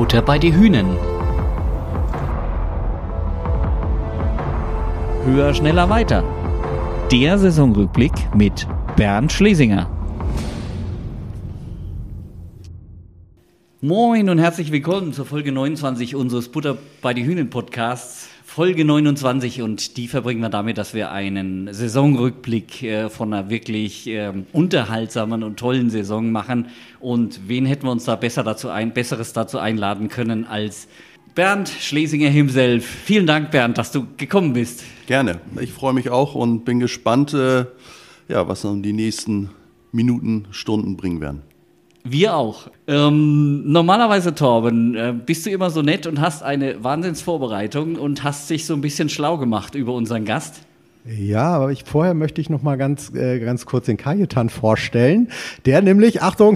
Butter bei die Hühnen. Höher, schneller, weiter. Der Saisonrückblick mit Bernd Schlesinger. Moin und herzlich willkommen zur Folge 29 unseres Butter bei die Hühnen Podcasts. Folge 29 und die verbringen wir damit, dass wir einen Saisonrückblick von einer wirklich unterhaltsamen und tollen Saison machen. Und wen hätten wir uns da Besseres dazu einladen können als Bernd Schlesinger himself. Vielen Dank, Bernd, dass du gekommen bist. Gerne. Ich freue mich auch und bin gespannt, was dann die nächsten Minuten, Stunden bringen werden. Wir auch. Normalerweise, Torben, bist du immer so nett und hast eine Wahnsinnsvorbereitung und hast dich so ein bisschen schlau gemacht über unseren Gast. Ja, aber vorher möchte ich noch mal ganz kurz den Kajetan vorstellen, der nämlich, Achtung,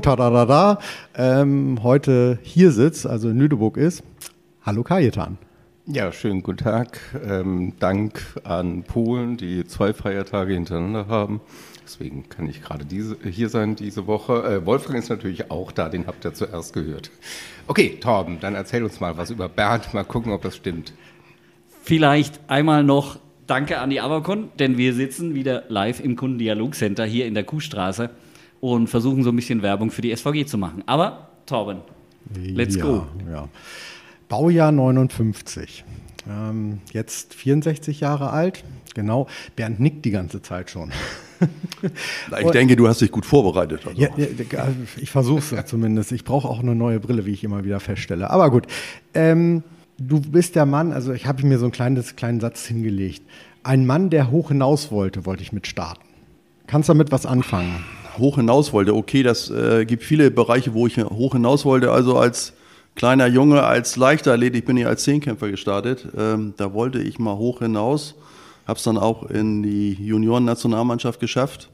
heute hier sitzt, also in Lüneburg ist. Hallo Kajetan. Ja, schönen guten Tag. Dank an Polen, die 2 Feiertage hintereinander haben. Deswegen kann ich gerade hier sein diese Woche. Wolfgang ist natürlich auch da, den habt ihr zuerst gehört. Okay, Torben, dann erzähl uns mal was über Bernd, mal gucken, ob das stimmt. Vielleicht einmal noch Danke an die Avacon, denn wir sitzen wieder live im Kundendialogcenter hier in der Kuhstraße und versuchen so ein bisschen Werbung für die SVG zu machen. Aber Torben, let's go. Ja. Baujahr 59, jetzt 64 Jahre alt, genau. Bernd nickt die ganze Zeit schon. Ich denke, du hast dich gut vorbereitet. Also. Ja, ich versuche es zumindest. Ich brauche auch eine neue Brille, wie ich immer wieder feststelle. Aber gut, du bist der Mann, also ich habe mir so einen kleinen Satz hingelegt. Ein Mann, der hoch hinaus wollte ich mit starten. Kannst du damit was anfangen? Hoch hinaus wollte, okay, das gibt viele Bereiche, wo ich hoch hinaus wollte. Also als kleiner Junge, als Leichtathlet, ich bin ja als Zehnkämpfer gestartet, da wollte ich mal hoch hinaus. Habe es dann auch in die Junioren-Nationalmannschaft geschafft.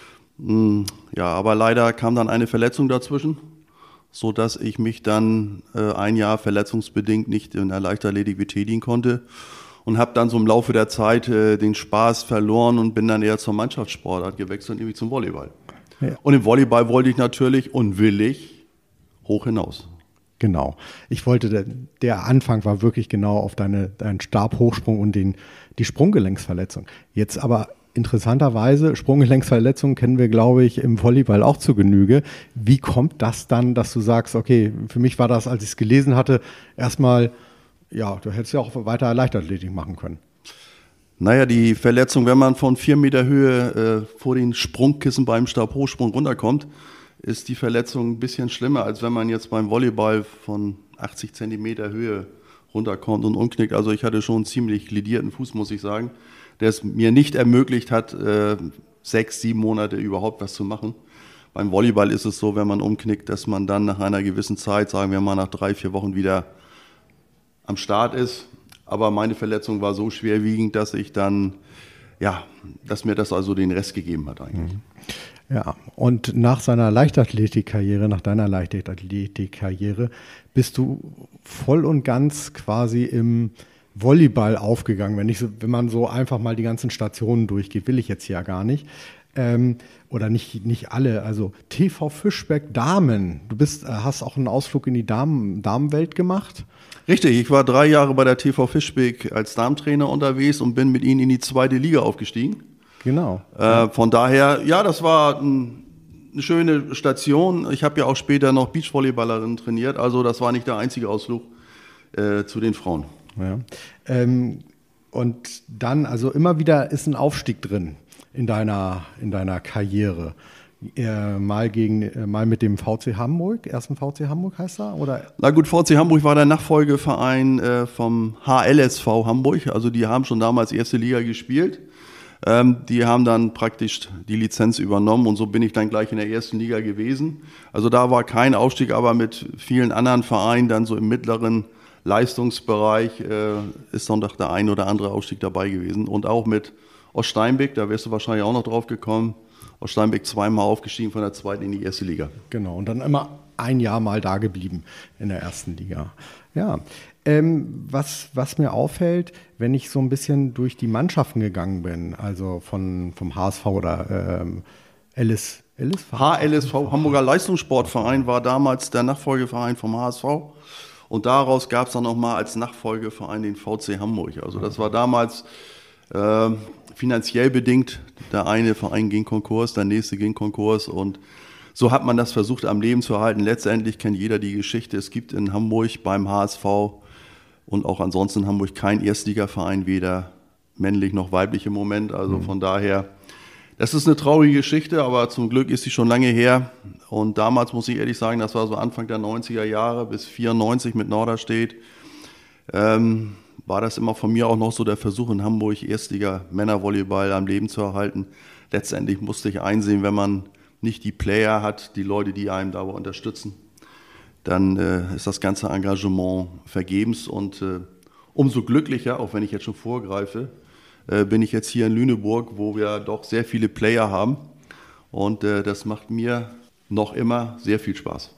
Ja, aber leider kam dann eine Verletzung dazwischen, sodass ich mich dann ein Jahr verletzungsbedingt nicht in der Leichtathletik betätigen konnte und habe dann so im Laufe der Zeit den Spaß verloren und bin dann eher zur Mannschaftssportart gewechselt, nämlich zum Volleyball. Ja. Und im Volleyball wollte ich natürlich und will ich hoch hinaus. Genau. Ich wollte, der Anfang war wirklich genau auf deinen Stabhochsprung und die Sprunggelenksverletzung. Jetzt aber interessanterweise, Sprunggelenksverletzungen kennen wir, glaube ich, im Volleyball auch zu Genüge. Wie kommt das dann, dass du sagst, okay, für mich war das, als ich es gelesen hatte, erstmal, ja, du hättest ja auch weiter Leichtathletik machen können. Naja, die Verletzung, wenn man von 4 Meter Höhe vor den Sprungkissen beim Stabhochsprung runterkommt, ist die Verletzung ein bisschen schlimmer, als wenn man jetzt beim Volleyball von 80 Zentimeter Höhe runterkommt und umknickt. Also ich hatte schon einen ziemlich ledierten Fuß, muss ich sagen, der es mir nicht ermöglicht hat, 6, 7 Monate überhaupt was zu machen. Beim Volleyball ist es so, wenn man umknickt, dass man dann nach einer gewissen Zeit, sagen wir mal nach 3, 4 Wochen wieder am Start ist. Aber meine Verletzung war so schwerwiegend, dass ich dann, ja, dass mir das also den Rest gegeben hat eigentlich. Ja, und nach deiner Leichtathletikkarriere bist du voll und ganz quasi im Volleyball aufgegangen. Wenn man so einfach mal die ganzen Stationen durchgeht, will ich jetzt ja gar nicht. Oder nicht alle. Also TV Fischbeck Damen. Du hast auch einen Ausflug in die Damenwelt gemacht. Richtig, ich war 3 Jahre bei der TV Fischbeck als Damentrainer unterwegs und bin mit ihnen in die 2. Liga aufgestiegen. Genau. Von daher, ja, das war eine schöne Station. Ich habe ja auch später noch Beachvolleyballerinnen trainiert, also das war nicht der einzige Ausflug zu den Frauen. Ja. Und dann, also immer wieder ist ein Aufstieg drin in deiner Karriere. Mal mit dem VC Hamburg, ersten VC Hamburg heißt er? Oder? Na gut, VC Hamburg war der Nachfolgeverein vom HLSV Hamburg, also die haben schon damals 1. Liga gespielt. Die haben dann praktisch die Lizenz übernommen und so bin ich dann gleich in der 1. Liga gewesen. Also da war kein Aufstieg, aber mit vielen anderen Vereinen dann so im mittleren Leistungsbereich ist dann doch der ein oder andere Aufstieg dabei gewesen. Und auch mit Oststeinbeck, da wärst du wahrscheinlich auch noch drauf gekommen, Oststeinbeck 2-mal aufgestiegen von der 2. in die 1. Liga. Genau, und dann immer ein Jahr mal da geblieben in der 1. Liga. Ja, was mir auffällt, wenn ich so ein bisschen durch die Mannschaften gegangen bin, also vom HSV oder HLSV, Hamburger Leistungssportverein, war damals der Nachfolgeverein vom HSV. Und daraus gab es dann nochmal als Nachfolgeverein den VC Hamburg. Also das war damals finanziell bedingt. Der eine Verein ging Konkurs, der nächste ging Konkurs und so hat man das versucht am Leben zu erhalten. Letztendlich kennt jeder die Geschichte. Es gibt in Hamburg beim HSV und auch ansonsten in Hamburg keinen Erstligaverein, weder männlich noch weiblich im Moment. Also von daher, das ist eine traurige Geschichte, aber zum Glück ist sie schon lange her. Und damals muss ich ehrlich sagen, das war so Anfang der 90er Jahre bis 94 mit Norderstedt, war das immer von mir auch noch so der Versuch in Hamburg, Erstliga Männervolleyball am Leben zu erhalten. Letztendlich musste ich einsehen, wenn man nicht die Player hat, die Leute, die einem dabei unterstützen, dann ist das ganze Engagement vergebens. Und umso glücklicher, auch wenn ich jetzt schon vorgreife, bin ich jetzt hier in Lüneburg, wo wir doch sehr viele Player haben. Und das macht mir noch immer sehr viel Spaß.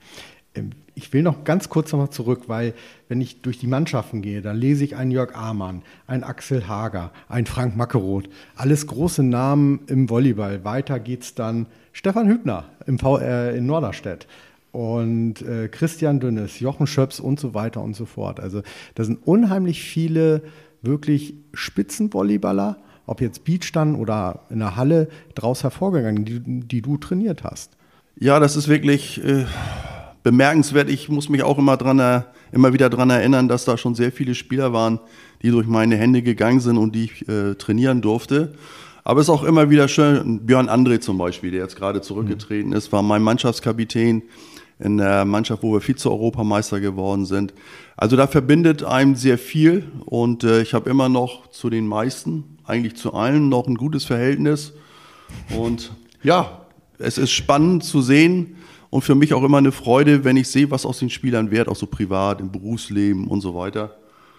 Ich will noch ganz kurz nochmal zurück, weil wenn ich durch die Mannschaften gehe, dann lese ich einen Jörg Amann, einen Axel Hager, einen Frank Mackeroth. Alles große Namen im Volleyball. Weiter geht's dann Stefan Hübner in Norderstedt und Christian Dünnes, Jochen Schöps und so weiter und so fort. Also da sind unheimlich viele wirklich Spitzenvolleyballer, ob jetzt Beach dann oder in der Halle, draus hervorgegangen, die du trainiert hast. Ja, das ist wirklich bemerkenswert. Ich muss mich auch immer wieder daran erinnern, dass da schon sehr viele Spieler waren, die durch meine Hände gegangen sind und die ich trainieren durfte. Aber es ist auch immer wieder schön, Björn André zum Beispiel, der jetzt gerade zurückgetreten ist, war mein Mannschaftskapitän in der Mannschaft, wo wir Vize-Europameister geworden sind. Also da verbindet einem sehr viel und ich habe immer noch zu den meisten, eigentlich zu allen, noch ein gutes Verhältnis. Und ja, es ist spannend zu sehen und für mich auch immer eine Freude, wenn ich sehe, was aus den Spielern wird, auch so privat, im Berufsleben und so weiter.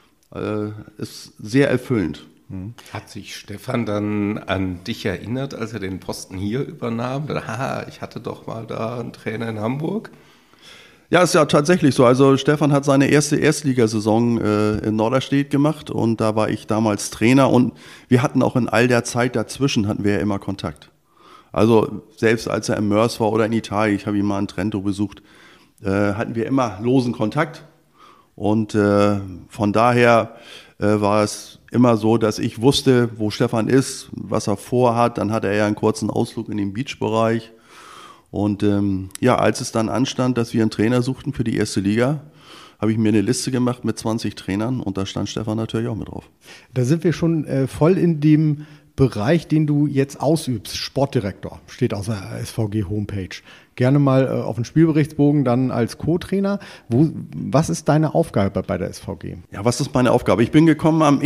Ist sehr erfüllend. Hat sich Stefan dann an dich erinnert, als er den Posten hier übernahm? Haha, ich hatte doch mal da einen Trainer in Hamburg. Ja, ist ja tatsächlich so. Also Stefan hat seine erste Erstligasaison in Norderstedt gemacht und da war ich damals Trainer und wir hatten auch in all der Zeit dazwischen hatten wir ja immer Kontakt. Also selbst als er im Mörs war oder in Italien, ich habe ihn mal in Trento besucht, hatten wir immer losen Kontakt und von daher war es immer so, dass ich wusste, wo Stefan ist, was er vorhat. Dann hatte er ja einen kurzen Ausflug in den Beachbereich. Und als es dann anstand, dass wir einen Trainer suchten für die erste Liga, habe ich mir eine Liste gemacht mit 20 Trainern und da stand Stefan natürlich auch mit drauf. Da sind wir schon voll in dem Bereich, den du jetzt ausübst, Sportdirektor, steht auf der SVG-Homepage. Gerne mal auf den Spielberichtsbogen dann als Co-Trainer. Was ist deine Aufgabe bei der SVG? Ja, was ist meine Aufgabe? Ich bin gekommen am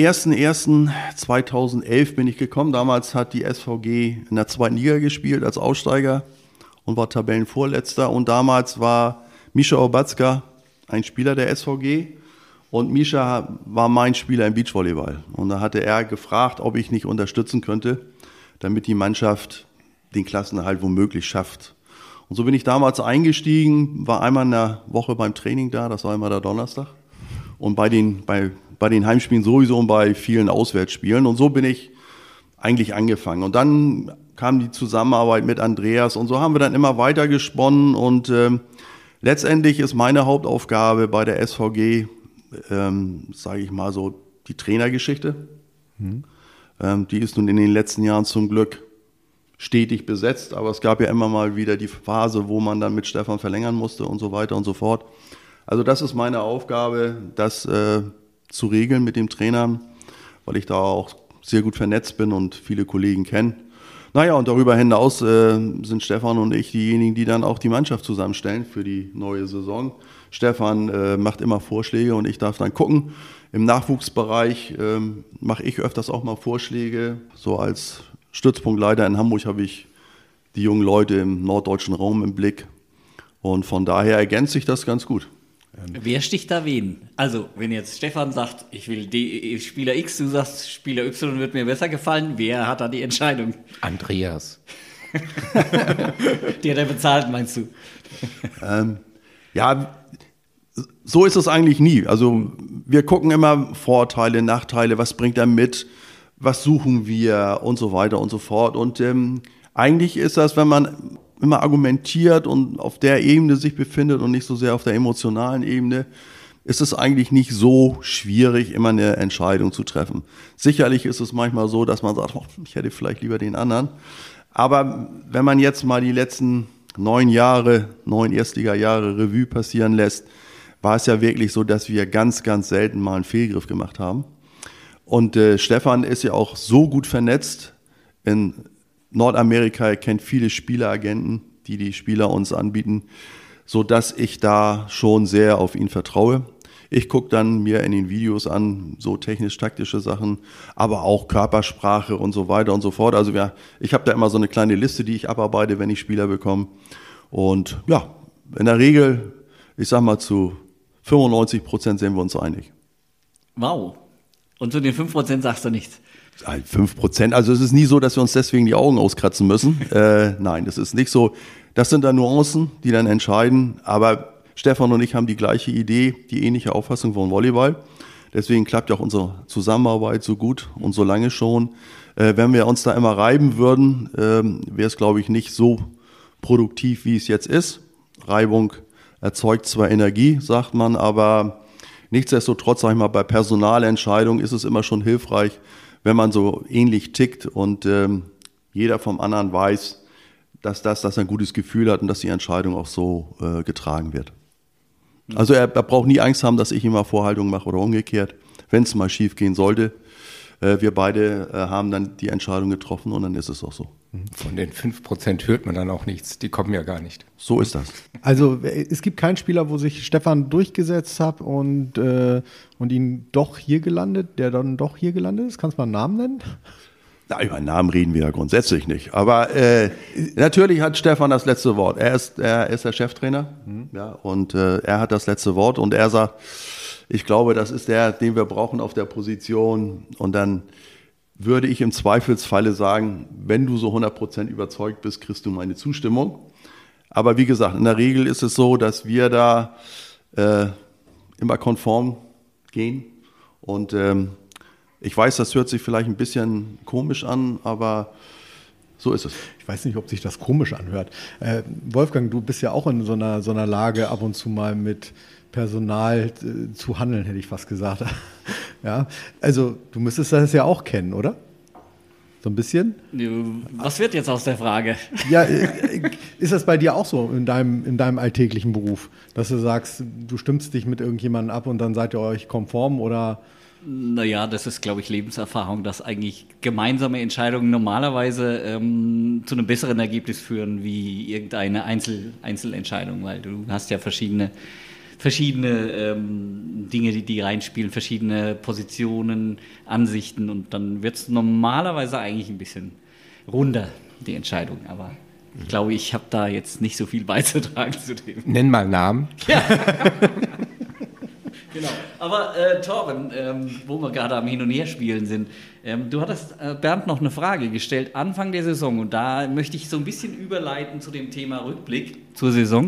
01.01.2011 bin ich gekommen. Damals hat die SVG in der zweiten Liga gespielt als Aussteiger und war Tabellenvorletzter. Und damals war Mischa Obatzka ein Spieler der SVG. Und Mischa war mein Spieler im Beachvolleyball. Und da hatte er gefragt, ob ich nicht unterstützen könnte, damit die Mannschaft den Klassenerhalt womöglich schafft. Und so bin ich damals eingestiegen, war einmal in der Woche beim Training da, das war immer der Donnerstag. Und bei den Heimspielen sowieso und bei vielen Auswärtsspielen. Und so bin ich eigentlich angefangen. Und dann kam die Zusammenarbeit mit Andreas und so haben wir dann immer weiter gesponnen. Und letztendlich ist meine Hauptaufgabe bei der SVG, sage ich mal so, die Trainergeschichte. Die ist nun in den letzten Jahren zum Glück stetig besetzt, aber es gab ja immer mal wieder die Phase, wo man dann mit Stefan verlängern musste und so weiter und so fort. Also das ist meine Aufgabe, das zu regeln mit dem Trainer, weil ich da auch sehr gut vernetzt bin und viele Kollegen kenne. Naja, und darüber hinaus sind Stefan und ich diejenigen, die dann auch die Mannschaft zusammenstellen für die neue Saison. Stefan macht immer Vorschläge und ich darf dann gucken. Im Nachwuchsbereich mache ich öfters auch mal Vorschläge. So als Stützpunktleiter in Hamburg habe ich die jungen Leute im norddeutschen Raum im Blick. Und von daher ergänzt sich das ganz gut. Wer sticht da wen? Also, wenn jetzt Stefan sagt, ich will Spieler X, du sagst, Spieler Y wird mir besser gefallen, wer hat da die Entscheidung? Andreas. Der bezahlt, meinst du? Ja, so ist es eigentlich nie. Also wir gucken immer Vorteile, Nachteile, was bringt er mit, was suchen wir und so weiter und so fort. Und eigentlich ist das, wenn man immer argumentiert und auf der Ebene sich befindet und nicht so sehr auf der emotionalen Ebene, ist es eigentlich nicht so schwierig, immer eine Entscheidung zu treffen. Sicherlich ist es manchmal so, dass man sagt, ich hätte vielleicht lieber den anderen. Aber wenn man jetzt mal die letzten 9 Erstliga-Jahre Revue passieren lässt, war es ja wirklich so, dass wir ganz, ganz selten mal einen Fehlgriff gemacht haben. Und Stefan ist ja auch so gut vernetzt. In Nordamerika, er kennt viele Spieleragenten, die Spieler uns anbieten, sodass ich da schon sehr auf ihn vertraue. Ich gucke dann mir in den Videos an, so technisch-taktische Sachen, aber auch Körpersprache und so weiter und so fort. Also ja, ich habe da immer so eine kleine Liste, die ich abarbeite, wenn ich Spieler bekomme. Und ja, in der Regel, ich sag mal zu 95% sind wir uns einig. Wow. Und zu den 5% sagst du nichts? 5%, also es ist nie so, dass wir uns deswegen die Augen auskratzen müssen. Nein, das ist nicht so. Das sind dann Nuancen, die dann entscheiden. Aber Stefan und ich haben die gleiche Idee, die ähnliche Auffassung von Volleyball. Deswegen klappt ja auch unsere Zusammenarbeit so gut und so lange schon. Wenn wir uns da immer reiben würden, wäre es, glaube ich, nicht so produktiv, wie es jetzt ist. Reibung erzeugt zwar Energie, sagt man, aber nichtsdestotrotz, sage ich mal, bei Personalentscheidungen ist es immer schon hilfreich, wenn man so ähnlich tickt und jeder vom anderen weiß, dass er ein gutes Gefühl hat und dass die Entscheidung auch so getragen wird. Also er braucht nie Angst haben, dass ich ihm mal Vorhaltungen mache oder umgekehrt, wenn es mal schief gehen sollte. Wir beide haben dann die Entscheidung getroffen und dann ist es auch so. Von den 5% hört man dann auch nichts, die kommen ja gar nicht. So ist das. Also es gibt keinen Spieler, wo sich Stefan durchgesetzt hat und ihn doch hier gelandet, der dann doch hier gelandet ist. Kannst du mal einen Namen nennen? Na, über Namen reden wir ja grundsätzlich nicht. Aber natürlich hat Stefan das letzte Wort. Er ist der Cheftrainer, ja, und er hat das letzte Wort. Und er sagt, ich glaube, das ist der, den wir brauchen auf der Position. Und dann würde ich im Zweifelsfalle sagen, wenn du so 100% überzeugt bist, kriegst du meine Zustimmung. Aber wie gesagt, in der Regel ist es so, dass wir da immer konform gehen. Und ich weiß, das hört sich vielleicht ein bisschen komisch an, aber so ist es. Ich weiß nicht, ob sich das komisch anhört. Wolfgang, du bist ja auch in so einer Lage, ab und zu mal mit Personal zu handeln, hätte ich fast gesagt. Ja, also du müsstest das ja auch kennen, oder? So ein bisschen? Was wird jetzt aus der Frage? Ja, ist das bei dir auch so in deinem alltäglichen Beruf, dass du sagst, du stimmst dich mit irgendjemandem ab und dann seid ihr euch konform oder? Naja, das ist, glaube ich, Lebenserfahrung, dass eigentlich gemeinsame Entscheidungen normalerweise zu einem besseren Ergebnis führen wie irgendeine Einzelentscheidung, weil du hast ja verschiedene Dinge, die reinspielen, verschiedene Positionen, Ansichten und dann wird es normalerweise eigentlich ein bisschen runder, die Entscheidung. Aber ich glaube, ich habe da jetzt nicht so viel beizutragen zu dem. Nenn mal Namen. Ja. Genau. Aber Torben, wo wir gerade am Hin- und Herspielen sind, du hattest Bernd noch eine Frage gestellt, Anfang der Saison. Und da möchte ich so ein bisschen überleiten zu dem Thema Rückblick zur Saison.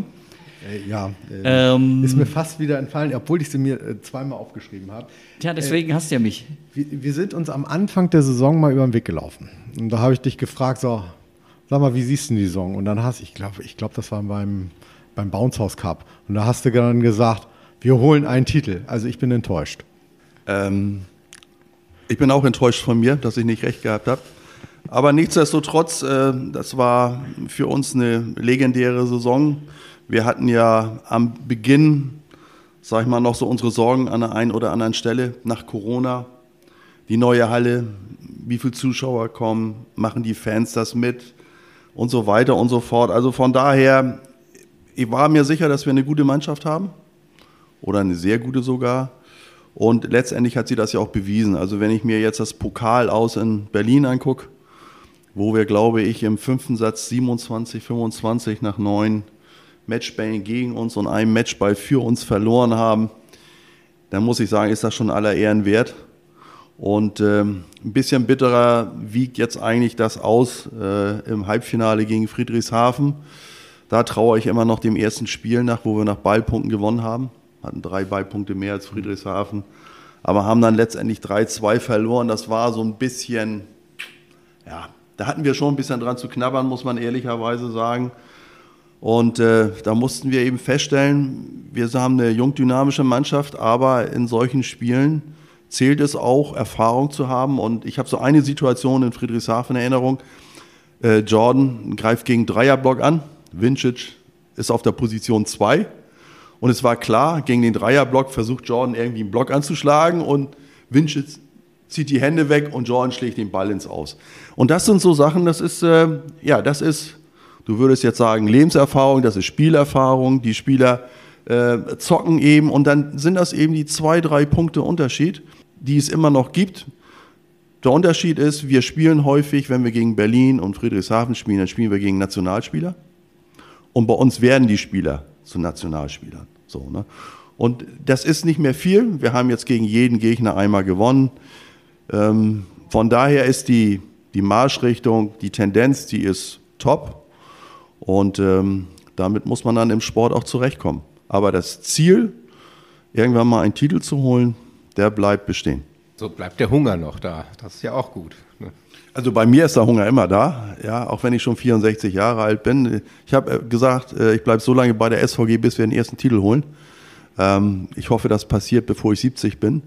Ist mir fast wieder entfallen, obwohl ich sie mir zweimal aufgeschrieben habe. Tja, deswegen hast du ja mich. Wir sind uns am Anfang der Saison mal über den Weg gelaufen. Und da habe ich dich gefragt, so, sag mal, wie siehst du die Saison? Und dann ich glaube, das war beim Bounce House Cup. Und da hast du dann gesagt, wir holen einen Titel. Also ich bin enttäuscht. Ich bin auch enttäuscht von mir, dass ich nicht recht gehabt habe. Aber nichtsdestotrotz, das war für uns eine legendäre Saison. Wir hatten ja am Beginn, sag ich mal, noch so unsere Sorgen an der einen oder anderen Stelle nach Corona. Die neue Halle, wie viele Zuschauer kommen, machen die Fans das mit und so weiter und so fort. Also von daher, ich war mir sicher, dass wir eine gute Mannschaft haben oder eine sehr gute sogar. Und letztendlich hat sie das ja auch bewiesen. Also wenn ich mir jetzt das Pokal aus in Berlin angucke, wo wir, glaube ich, im 5. Satz 27-25 nach 9 Matchbällen gegen uns und einem Matchball für uns verloren haben, dann muss ich sagen, ist das schon aller Ehren wert. Und ein bisschen bitterer wiegt jetzt eigentlich das aus im Halbfinale gegen Friedrichshafen. Da traue ich immer noch dem ersten Spiel nach, wo wir nach Ballpunkten gewonnen haben. Hatten 3 Ballpunkte mehr als Friedrichshafen, aber haben dann letztendlich 3-2 verloren. Das war so ein bisschen, ja, da hatten wir schon ein bisschen dran zu knabbern, muss man ehrlicherweise sagen. Und da mussten wir eben feststellen, wir haben eine jungdynamische Mannschaft, aber in solchen Spielen zählt es auch, Erfahrung zu haben. Und ich habe so eine Situation in Friedrichshafen in Erinnerung. Jordan greift gegen Dreierblock an, Vincic ist auf der Position 2. Und es war klar, gegen den Dreierblock versucht Jordan irgendwie einen Block anzuschlagen und Vincic zieht die Hände weg und Jordan schlägt den Ball ins Aus. Und das sind so Sachen, das ist, du würdest jetzt sagen, Lebenserfahrung, das ist Spielerfahrung, die Spieler zocken eben und dann sind das eben die 2-3 Punkte Unterschied, die es immer noch gibt. Der Unterschied ist, wir spielen häufig, wenn wir gegen Berlin und Friedrichshafen spielen, dann spielen wir gegen Nationalspieler und bei uns werden die Spieler zu Nationalspielern. So, ne? Und das ist nicht mehr viel. Wir haben jetzt gegen jeden Gegner einmal gewonnen. Von daher ist die Marschrichtung, die Tendenz, die ist top. Und damit muss man dann im Sport auch zurechtkommen. Aber das Ziel, irgendwann mal einen Titel zu holen, der bleibt bestehen. So bleibt der Hunger noch da. Das ist ja auch gut. Ne? Also bei mir ist der Hunger immer da, ja, auch wenn ich schon 64 Jahre alt bin. Ich habe gesagt, ich bleibe so lange bei der SVG, bis wir den ersten Titel holen. Ich hoffe, das passiert, bevor ich 70 bin.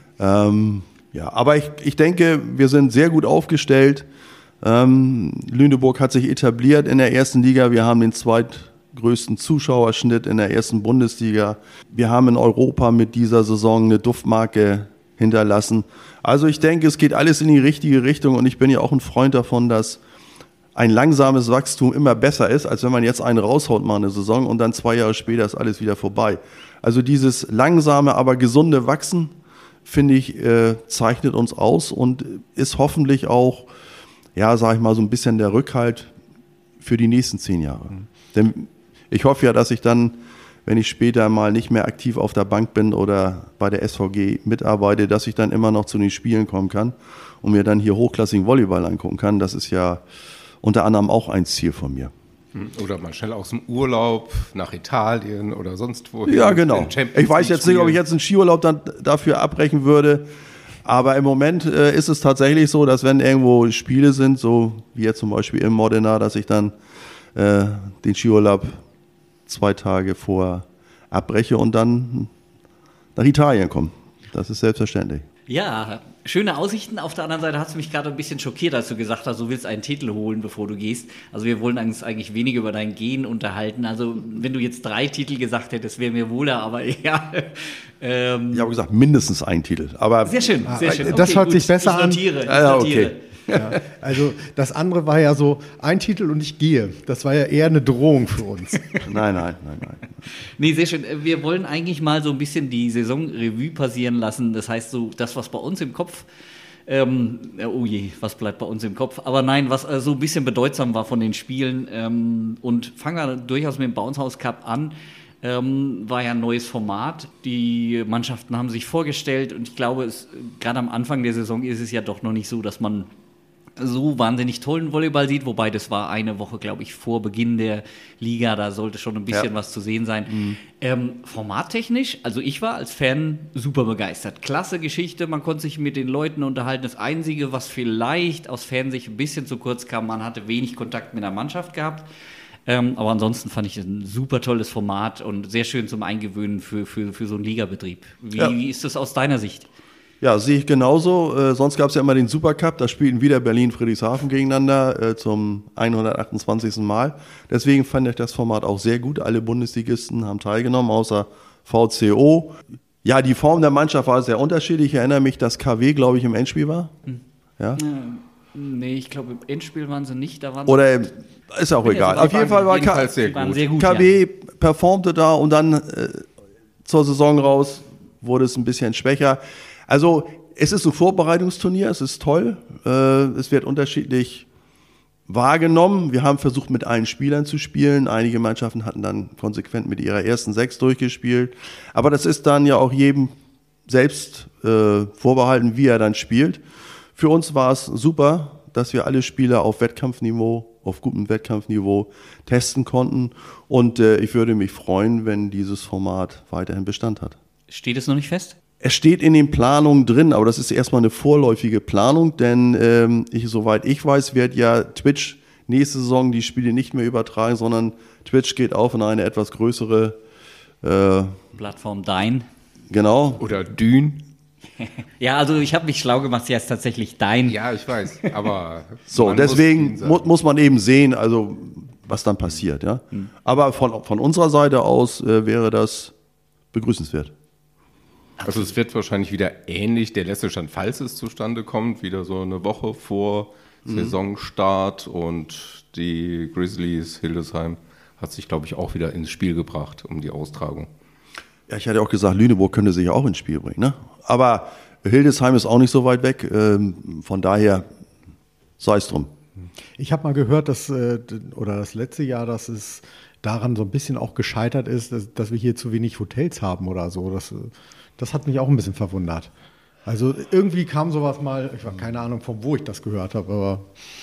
Aber ich denke, wir sind sehr gut aufgestellt. Lüneburg hat sich etabliert in der ersten Liga. Wir haben den zweitgrößten Zuschauerschnitt in der ersten Bundesliga. Wir haben in Europa mit dieser Saison eine Duftmarke hinterlassen. Also ich denke, es geht alles in die richtige Richtung und ich bin ja auch ein Freund davon, dass ein langsames Wachstum immer besser ist, als wenn man jetzt einen raushaut mal eine Saison und dann 2 Jahre später ist alles wieder vorbei. Also dieses langsame, aber gesunde Wachsen, finde ich, zeichnet uns aus und ist hoffentlich auch, ja, sag ich mal, so ein bisschen der Rückhalt für die nächsten 10 Jahre. Denn ich hoffe ja, dass ich dann, wenn ich später mal nicht mehr aktiv auf der Bank bin oder bei der SVG mitarbeite, dass ich dann immer noch zu den Spielen kommen kann und mir dann hier hochklassigen Volleyball angucken kann. Das ist ja unter anderem auch ein Ziel von mir. Oder mal schnell aus dem Urlaub nach Italien oder sonst wo. Ja, genau. Ich weiß jetzt nicht, ob ich jetzt einen Skiurlaub dann dafür abbrechen würde, aber im Moment ist es tatsächlich so, dass wenn irgendwo Spiele sind, so wie jetzt zum Beispiel in Modena, dass ich dann den Skiurlaub 2 Tage vor abbreche und dann nach Italien komme. Das ist selbstverständlich. Ja, schöne Aussichten. Auf der anderen Seite hat es mich gerade ein bisschen schockiert, als du gesagt hast, du willst einen Titel holen, bevor du gehst. Also wir wollen uns eigentlich weniger über dein Gehen unterhalten. Also wenn du jetzt 3 Titel gesagt hättest, wäre mir wohler, aber ja. Ich habe gesagt, mindestens einen Titel. Aber sehr schön, sehr schön. Okay, das hört sich besser an. Ich notiere. Okay. Ja, also das andere war ja so ein Titel und ich gehe. Das war ja eher eine Drohung für uns. Nein. Nee, sehr schön. Wir wollen eigentlich mal so ein bisschen die Saisonrevue passieren lassen. Das heißt, so das, was bei uns im Kopf, oh je, was bleibt bei uns im Kopf? Aber nein, was so ein bisschen bedeutsam war von den Spielen. Und fangen wir durchaus mit dem Bounce House Cup an. War ja ein neues Format. Die Mannschaften haben sich vorgestellt und ich glaube, gerade am Anfang der Saison ist es ja doch noch nicht so, dass man so wahnsinnig tollen Volleyball sieht, wobei das war eine Woche, glaube ich, vor Beginn der Liga, da sollte schon ein bisschen was zu sehen sein. Formattechnisch, also ich war als Fan super begeistert. Klasse Geschichte, man konnte sich mit den Leuten unterhalten. Das Einzige, was vielleicht aus Fansicht ein bisschen zu kurz kam, man hatte wenig Kontakt mit der Mannschaft gehabt. Aber ansonsten fand ich es ein super tolles Format und sehr schön zum Eingewöhnen für so einen Ligabetrieb. Wie ist das aus deiner Sicht? Ja, sehe ich genauso. Sonst gab es ja immer den Supercup, da spielten wieder Berlin-Friedrichshafen gegeneinander zum 128. Mal. Deswegen fand ich das Format auch sehr gut. Alle Bundesligisten haben teilgenommen, außer VCO. Ja, die Form der Mannschaft war sehr unterschiedlich. Ich erinnere mich, dass KW, glaube ich, im Endspiel war. Ja? Nee, ich glaube, im Endspiel waren sie nicht. Da waren Oder ist auch egal. Auf jeden Fall war sehr gut, KW performte da und dann zur Saison raus wurde es ein bisschen schwächer. Also es ist ein Vorbereitungsturnier, es ist toll. Es wird unterschiedlich wahrgenommen. Wir haben versucht, mit allen Spielern zu spielen. Einige Mannschaften hatten dann konsequent mit ihrer ersten 6 durchgespielt. Aber das ist dann ja auch jedem selbst vorbehalten, wie er dann spielt. Für uns war es super, dass wir alle Spieler auf gutem Wettkampfniveau testen konnten. Und ich würde mich freuen, wenn dieses Format weiterhin Bestand hat. Steht es noch nicht fest? Es steht in den Planungen drin, aber das ist erstmal eine vorläufige Planung, denn soweit ich weiß, wird ja Twitch nächste Saison die Spiele nicht mehr übertragen, sondern Twitch geht auf in eine etwas größere Plattform Dein. Genau. Oder Dün. Ja, also ich habe mich schlau gemacht, sie heißt tatsächlich Dein. Ja, ich weiß, aber So, man deswegen muss Dün sagen. muss man eben sehen, also was dann passiert. Ja? Aber von unserer Seite aus wäre das begrüßenswert. Also es wird wahrscheinlich wieder ähnlich der letzte Stand, falls es zustande kommt, wieder so eine Woche vor Saisonstart, und die Grizzlies Hildesheim hat sich, glaube ich, auch wieder ins Spiel gebracht um die Austragung. Ja, ich hatte auch gesagt, Lüneburg könnte sich ja auch ins Spiel bringen. Ne? Aber Hildesheim ist auch nicht so weit weg. Von daher sei es drum. Ich habe mal gehört, dass, oder das letzte Jahr, dass es daran so ein bisschen auch gescheitert ist, dass wir hier zu wenig Hotels haben oder so. Das hat mich auch ein bisschen verwundert. Also irgendwie kam sowas mal, ich habe keine Ahnung, von wo ich das gehört habe, aber...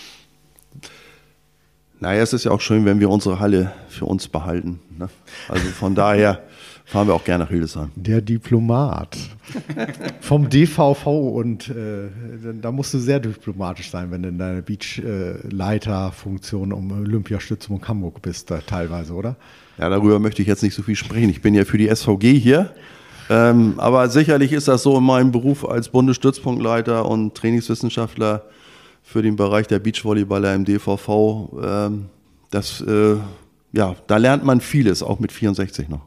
Naja, es ist ja auch schön, wenn wir unsere Halle für uns behalten. Ne? Also von daher fahren wir auch gerne nach Hildesheim. Der Diplomat vom DVV, und da musst du sehr diplomatisch sein, wenn du in deiner Beachleiterfunktion um Olympiastützung in Hamburg bist, teilweise, oder? Ja, darüber möchte ich jetzt nicht so viel sprechen. Ich bin ja für die SVG hier. Aber sicherlich ist das so in meinem Beruf als Bundesstützpunktleiter und Trainingswissenschaftler für den Bereich der Beachvolleyballer im DVV. Da lernt man vieles, auch mit 64 noch.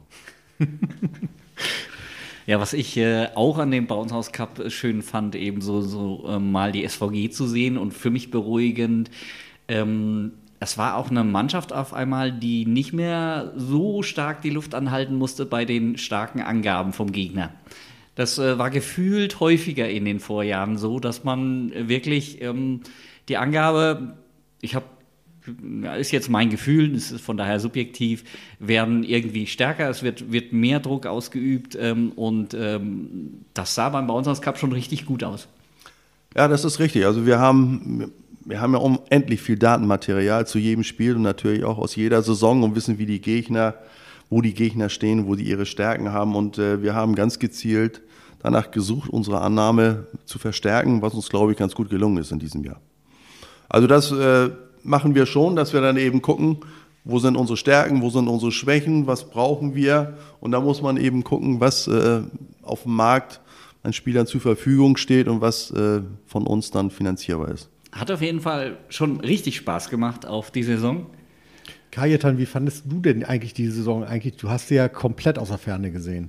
Ja, was ich auch an dem Bounce Cup schön fand, eben so mal die SVG zu sehen, und für mich beruhigend, es war auch eine Mannschaft auf einmal, die nicht mehr so stark die Luft anhalten musste bei den starken Angaben vom Gegner. Das war gefühlt häufiger in den Vorjahren so, dass man wirklich die Angabe, ist jetzt mein Gefühl, das ist von daher subjektiv, werden irgendwie stärker, es wird mehr Druck ausgeübt, und das sah beim Bouncers Cup schon richtig gut aus. Ja, das ist richtig. Also wir haben ja unendlich viel Datenmaterial zu jedem Spiel und natürlich auch aus jeder Saison und wissen, wo die Gegner stehen, wo die ihre Stärken haben, und wir haben ganz gezielt danach gesucht, unsere Annahme zu verstärken, was uns, glaube ich, ganz gut gelungen ist in diesem Jahr. Also das machen wir schon, dass wir dann eben gucken, wo sind unsere Stärken, wo sind unsere Schwächen, was brauchen wir, und da muss man eben gucken, was auf dem Markt an Spielern zur Verfügung steht und was von uns dann finanzierbar ist. Hat auf jeden Fall schon richtig Spaß gemacht auf die Saison. Kajetan, wie fandest du denn eigentlich die Saison? Du hast sie ja komplett aus der Ferne gesehen.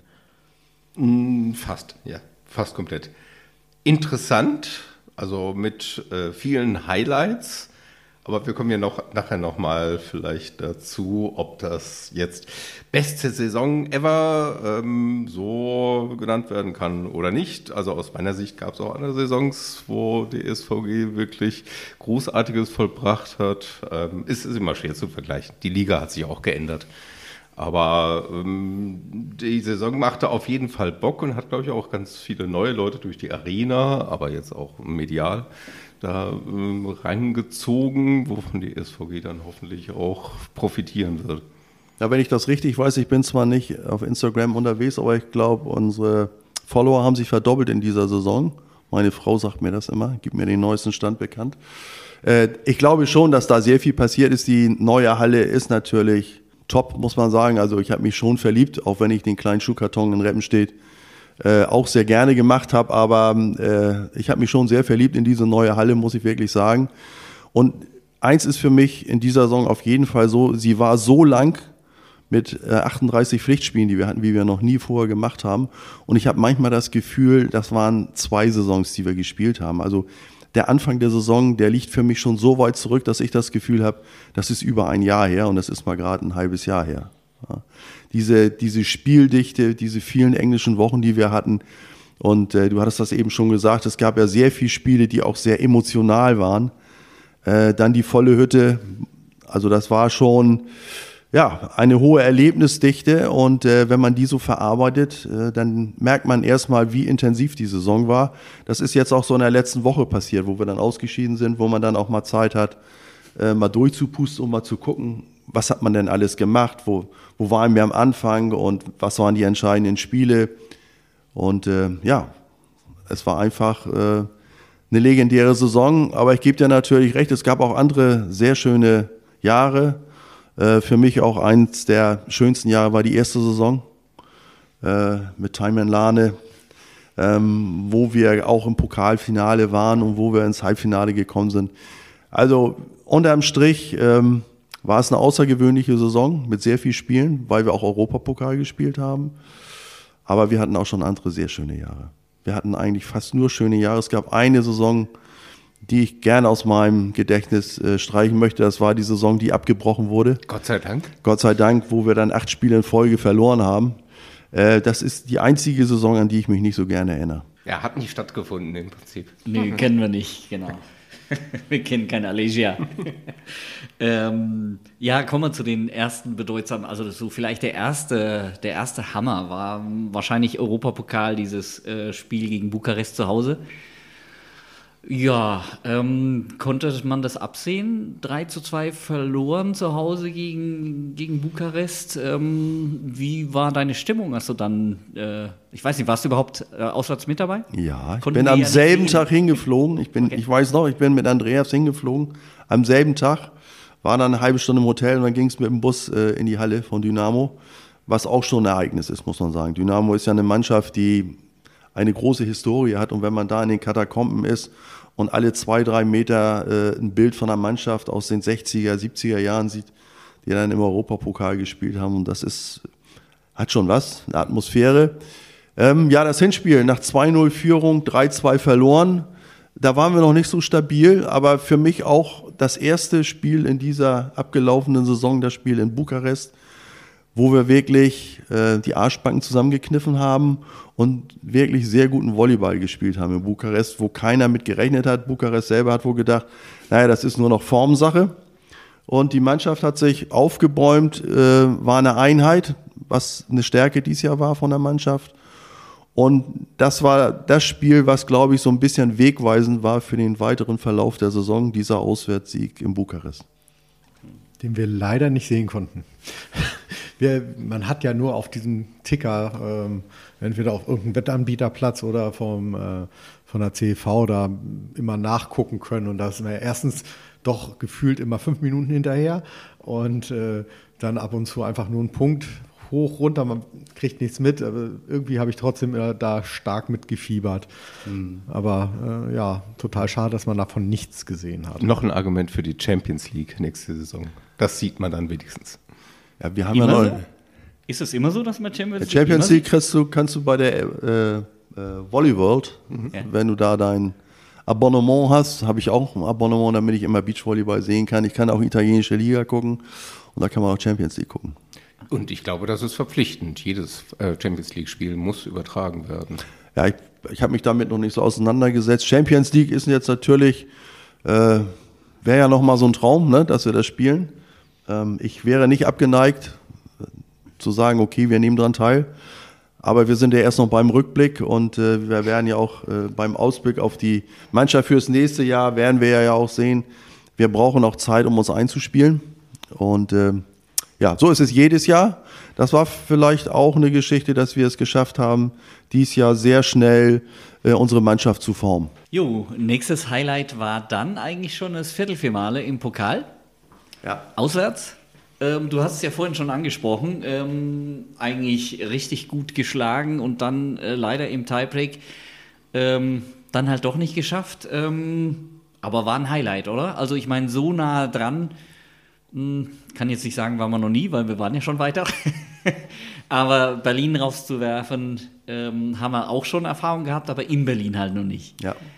Fast komplett. Interessant, also mit vielen Highlights, aber wir kommen ja nachher noch mal vielleicht dazu, ob das jetzt beste Saison ever so genannt werden kann oder nicht. Also aus meiner Sicht gab es auch andere Saisons, wo die SVG wirklich Großartiges vollbracht hat. Es ist immer schwer zu vergleichen. Die Liga hat sich auch geändert. Aber die Saison machte auf jeden Fall Bock und hat, glaube ich, auch ganz viele neue Leute durch die Arena, aber jetzt auch medial, da reingezogen, wovon die SVG dann hoffentlich auch profitieren wird. Ja, wenn ich das richtig weiß, ich bin zwar nicht auf Instagram unterwegs, aber ich glaube, unsere Follower haben sich verdoppelt in dieser Saison. Meine Frau sagt mir das immer, gibt mir den neuesten Stand bekannt. Ich glaube schon, dass da sehr viel passiert ist. Die neue Halle ist natürlich top, muss man sagen. Also ich habe mich schon verliebt, auch wenn ich den kleinen Schuhkarton in Reppenstedt auch sehr gerne gemacht habe. Aber ich habe mich schon sehr verliebt in diese neue Halle, muss ich wirklich sagen. Und eins ist für mich in dieser Saison auf jeden Fall so, sie war so lang mit 38 Pflichtspielen, die wir hatten, wie wir noch nie vorher gemacht haben. Und ich habe manchmal das Gefühl, das waren 2 Saisons, die wir gespielt haben. Also der Anfang der Saison, der liegt für mich schon so weit zurück, dass ich das Gefühl habe, das ist über ein Jahr her und das ist mal gerade ein halbes Jahr her. Ja. Diese Spieldichte, diese vielen englischen Wochen, die wir hatten, und du hattest das eben schon gesagt, es gab ja sehr viele Spiele, die auch sehr emotional waren. Dann die volle Hütte, also das war schon eine hohe Erlebnisdichte, und wenn man die so verarbeitet, dann merkt man erstmal, wie intensiv die Saison war. Das ist jetzt auch so in der letzten Woche passiert, wo wir dann ausgeschieden sind, wo man dann auch mal Zeit hat, mal durchzupusten und mal zu gucken, was hat man denn alles gemacht, wo waren wir am Anfang und was waren die entscheidenden Spiele. Und es war einfach eine legendäre Saison. Aber ich gebe dir natürlich recht, es gab auch andere sehr schöne Jahre. Für mich auch eins der schönsten Jahre war die erste Saison mit Thymen Lahne, wo wir auch im Pokalfinale waren und wo wir ins Halbfinale gekommen sind. Also unterm Strich war es eine außergewöhnliche Saison mit sehr viel Spielen, weil wir auch Europapokal gespielt haben. Aber wir hatten auch schon andere sehr schöne Jahre. Wir hatten eigentlich fast nur schöne Jahre. Es gab eine Saison, die ich gerne aus meinem Gedächtnis streichen möchte. Das war die Saison, die abgebrochen wurde. Gott sei Dank. Gott sei Dank, wo wir dann 8 Spiele in Folge verloren haben. Das ist die einzige Saison, an die ich mich nicht so gerne erinnere. Ja, hat nicht stattgefunden im Prinzip. Nee, kennen wir nicht, genau. Wir kennen keine Allegia. Ja, kommen wir zu den ersten bedeutsamen, also so vielleicht der erste Hammer war wahrscheinlich Europapokal, dieses Spiel gegen Bukarest zu Hause. Ja, konnte man das absehen? 3:2 verloren zu Hause gegen Bukarest. Wie war deine Stimmung? Hast du dann, ich weiß nicht, warst du überhaupt auswärts mit dabei? Ja, ich bin am selben Tag hingeflogen. Ich weiß noch, ich bin mit Andreas hingeflogen. Am selben Tag, war dann eine halbe Stunde im Hotel und dann ging es mit dem Bus in die Halle von Dynamo, was auch schon ein Ereignis ist, muss man sagen. Dynamo ist ja eine Mannschaft, die eine große Historie hat und wenn man da in den Katakomben ist und alle 2-3 Meter ein Bild von einer Mannschaft aus den 60er, 70er Jahren sieht, die dann im Europapokal gespielt haben und das hat schon was, eine Atmosphäre. Ja, das Hinspiel nach 2:0 Führung, 3:2 verloren, da waren wir noch nicht so stabil, aber für mich auch das erste Spiel in dieser abgelaufenen Saison, das Spiel in Bukarest, wo wir wirklich die Arschbacken zusammengekniffen haben und wirklich sehr guten Volleyball gespielt haben in Bukarest, wo keiner mit gerechnet hat. Bukarest selber hat wohl gedacht, naja, das ist nur noch Formsache. Und die Mannschaft hat sich aufgebäumt, war eine Einheit, was eine Stärke dieses Jahr war von der Mannschaft. Und das war das Spiel, was, glaube ich, so ein bisschen wegweisend war für den weiteren Verlauf der Saison, dieser Auswärtssieg in Bukarest. Den wir leider nicht sehen konnten. Man hat ja nur auf diesem Ticker, entweder auf irgendeinem Wettanbieterplatz oder von der CEV da immer nachgucken können. Und da ist man ja erstens doch gefühlt immer 5 Minuten hinterher und dann ab und zu einfach nur einen Punkt hoch, runter, man kriegt nichts mit, aber irgendwie habe ich trotzdem da stark mitgefiebert. Aber ja, total schade, dass man davon nichts gesehen hat. Noch ein Argument für die Champions League nächste Saison. Das sieht man dann wenigstens. Ja, wir haben Immer ja noch. so? Ist es immer so, dass man Champions League kannst du bei der Volley World, wenn du da dein Abonnement hast, habe ich auch ein Abonnement, damit ich immer Beachvolleyball sehen kann. Ich kann auch italienische Liga gucken und da kann man auch Champions League gucken. Und ich glaube, das ist verpflichtend. Jedes Champions League-Spiel muss übertragen werden. Ja, ich habe mich damit noch nicht so auseinandergesetzt. Champions League ist jetzt natürlich, wäre ja nochmal so ein Traum, ne, dass wir das spielen. Ich wäre nicht abgeneigt zu sagen, okay, wir nehmen daran teil. Aber wir sind ja erst noch beim Rückblick und wir werden ja auch beim Ausblick auf die Mannschaft fürs nächste Jahr, werden wir ja auch sehen, wir brauchen noch Zeit, um uns einzuspielen. Und ja, so ist es jedes Jahr. Das war vielleicht auch eine Geschichte, dass wir es geschafft haben, dieses Jahr sehr schnell unsere Mannschaft zu formen. Jo, nächstes Highlight war dann eigentlich schon das Viertelfinale im Pokal. Ja. Auswärts. Du hast es ja vorhin schon angesprochen, eigentlich richtig gut geschlagen und dann leider im Tiebreak dann halt doch nicht geschafft. Aber war ein Highlight, oder? Also ich meine, so nah dran, kann jetzt nicht sagen, waren wir noch nie, weil wir waren ja schon weiter. Aber Berlin rauszuwerfen, haben wir auch schon Erfahrung gehabt, aber in Berlin halt noch nicht.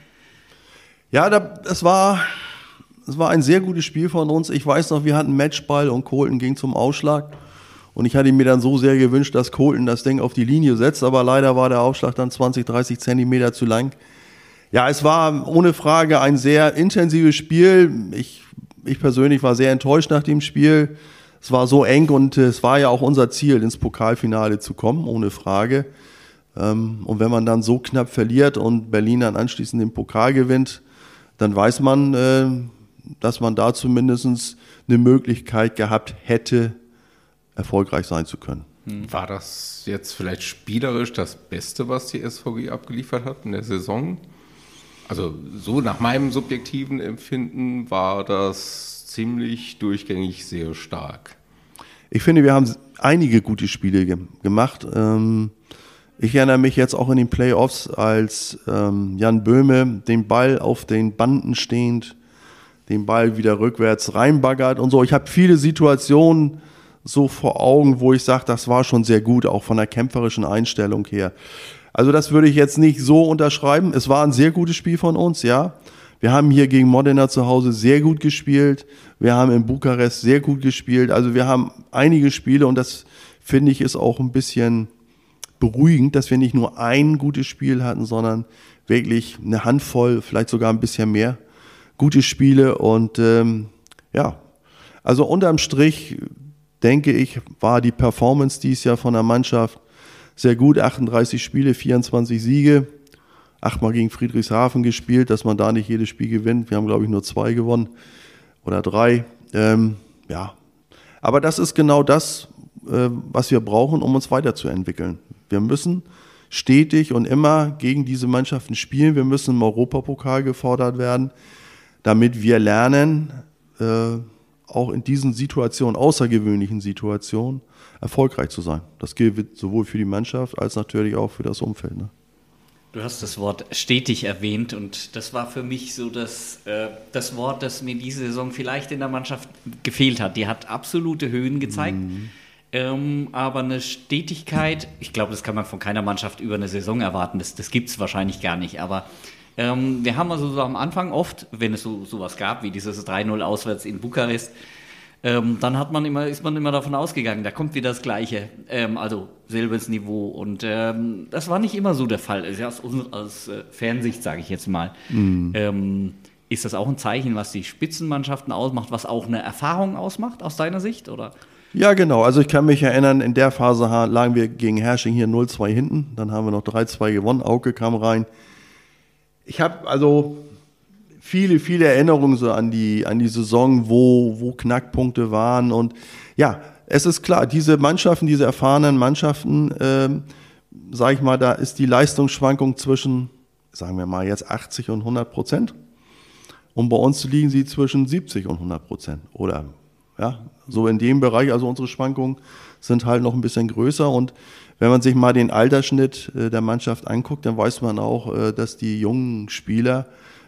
Ja, das war ein sehr gutes Spiel von uns. Ich weiß noch, wir hatten Matchball und Colton ging zum Ausschlag. Und ich hatte mir dann so sehr gewünscht, dass Colton das Ding auf die Linie setzt. Aber leider war der Aufschlag dann 20, 30 Zentimeter zu lang. Ja, es war ohne Frage ein sehr intensives Spiel. Ich persönlich war sehr enttäuscht nach dem Spiel. Es war so eng und es war ja auch unser Ziel, ins Pokalfinale zu kommen, ohne Frage. Und wenn man dann so knapp verliert und Berlin dann anschließend den Pokal gewinnt, dann weiß man, dass man da zumindest eine Möglichkeit gehabt hätte, erfolgreich sein zu können. War das jetzt vielleicht spielerisch das Beste, was die SVG abgeliefert hat in der Saison? Also so nach meinem subjektiven Empfinden war das ziemlich durchgängig sehr stark. Ich finde, wir haben einige gute Spiele gemacht. Ich erinnere mich jetzt auch in den Playoffs, als Jan Böhme den Ball auf den Banden stehend, den Ball wieder rückwärts reinbaggert und so. Ich habe viele Situationen so vor Augen, wo ich sage, das war schon sehr gut, auch von der kämpferischen Einstellung her. Also das würde ich jetzt nicht so unterschreiben. Es war ein sehr gutes Spiel von uns, ja. Wir haben hier gegen Modena zu Hause sehr gut gespielt. Wir haben in Bukarest sehr gut gespielt. Also wir haben einige Spiele und das finde ich ist auch ein bisschen beruhigend, dass wir nicht nur ein gutes Spiel hatten, sondern wirklich eine Handvoll, vielleicht sogar ein bisschen mehr gute Spiele. Und also unterm Strich denke ich, war die Performance dieses Jahr von der Mannschaft sehr gut. 38 Spiele, 24 Siege, 8-mal gegen Friedrichshafen gespielt, dass man da nicht jedes Spiel gewinnt. Wir haben, glaube ich, nur 2 gewonnen oder 3. Aber das ist genau das, was wir brauchen, um uns weiterzuentwickeln. Wir müssen stetig und immer gegen diese Mannschaften spielen. Wir müssen im Europapokal gefordert werden, damit wir lernen, auch in diesen Situationen, außergewöhnlichen Situationen, erfolgreich zu sein. Das gilt sowohl für die Mannschaft als natürlich auch für das Umfeld. Ne? Du hast das Wort stetig erwähnt und das war für mich so das Wort, das mir diese Saison vielleicht in der Mannschaft gefehlt hat. Die hat absolute Höhen gezeigt, aber eine Stetigkeit, ich glaube, das kann man von keiner Mannschaft über eine Saison erwarten, das gibt es wahrscheinlich gar nicht, aber wir haben also so am Anfang oft, wenn es sowas gab, wie dieses 3-0 auswärts in Bukarest, dann ist man immer davon ausgegangen, da kommt wieder das Gleiche, also selbes Niveau und das war nicht immer so der Fall. Also aus Fernsicht, sage ich jetzt mal, ist das auch ein Zeichen, was die Spitzenmannschaften ausmacht, was auch eine Erfahrung ausmacht aus deiner Sicht, oder? Ja, genau. Also ich kann mich erinnern, in der Phase lagen wir gegen Hersching hier 0-2 hinten, dann haben wir noch 3-2 gewonnen, Auke kam rein. Ich habe also viele Erinnerungen so an die Saison, wo Knackpunkte waren. Und ja, es ist klar, diese Mannschaften, diese erfahrenen Mannschaften, sage ich mal, da ist die Leistungsschwankung zwischen, sagen wir mal jetzt 80 und 100%. Und bei uns liegen sie zwischen 70 und 100%. Oder ja, so in dem Bereich. Also unsere Schwankungen sind halt noch ein bisschen größer. Und wenn man sich mal den Altersschnitt der Mannschaft anguckt, dann weiß man auch, dass die jungen Spieler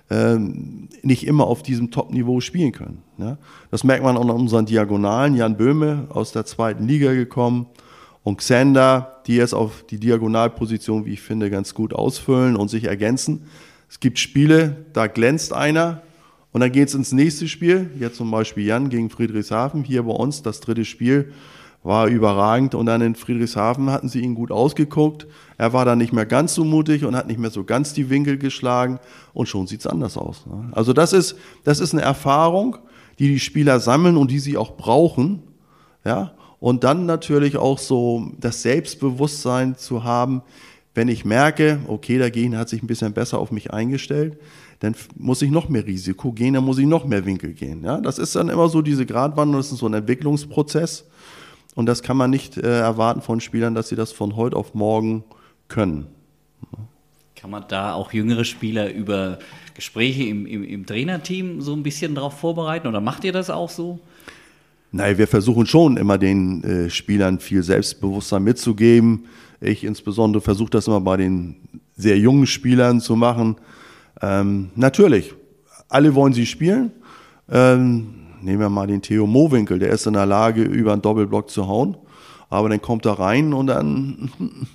nicht immer auf diesem Top-Niveau spielen können. Ja? Das merkt man auch an unseren Diagonalen. Jan Böhme aus der 2. Liga gekommen und Xander, die jetzt auf die Diagonalposition, wie ich finde, ganz gut ausfüllen und sich ergänzen. Es gibt Spiele, da glänzt einer und dann geht es ins nächste Spiel. Jetzt zum Beispiel Jan gegen Friedrichshafen, hier bei uns das 3. Spiel. War überragend und dann in Friedrichshafen hatten sie ihn gut ausgeguckt. Er war dann nicht mehr ganz so mutig und hat nicht mehr so ganz die Winkel geschlagen und schon sieht es anders aus. Also das ist eine Erfahrung, die Spieler sammeln und die sie auch brauchen. Ja? Und dann natürlich auch so das Selbstbewusstsein zu haben, wenn ich merke, okay, der Gegner hat sich ein bisschen besser auf mich eingestellt, dann muss ich noch mehr Risiko gehen, dann muss ich noch mehr Winkel gehen. Ja? Das ist dann immer so diese Gratwanderung, das ist so ein Entwicklungsprozess. Und das kann man nicht erwarten von Spielern, dass sie das von heute auf morgen können. Kann man da auch jüngere Spieler über Gespräche im Trainerteam so ein bisschen darauf vorbereiten? Oder macht ihr das auch so? Nein, wir versuchen schon immer den Spielern viel Selbstbewusstsein mitzugeben. Ich insbesondere versuche das immer bei den sehr jungen Spielern zu machen. Natürlich, alle wollen sie spielen. Nehmen wir mal den Theo Mowinkel, der ist in der Lage, über einen Doppelblock zu hauen. Aber dann kommt er rein und dann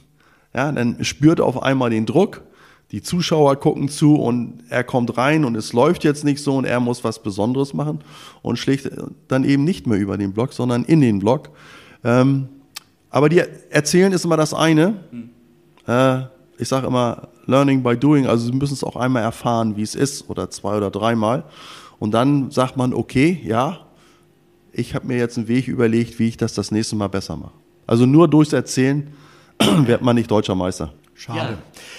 spürt er auf einmal den Druck. Die Zuschauer gucken zu und er kommt rein und es läuft jetzt nicht so und er muss was Besonderes machen und schlägt dann eben nicht mehr über den Block, sondern in den Block. Aber die erzählen ist immer das eine. Ich sage immer, learning by doing, also sie müssen es auch einmal erfahren, wie es ist oder 2 oder 3 Mal. Und dann sagt man, okay, ja, ich habe mir jetzt einen Weg überlegt, wie ich das nächste Mal besser mache. Also nur durchs Erzählen wird man nicht deutscher Meister. Schade.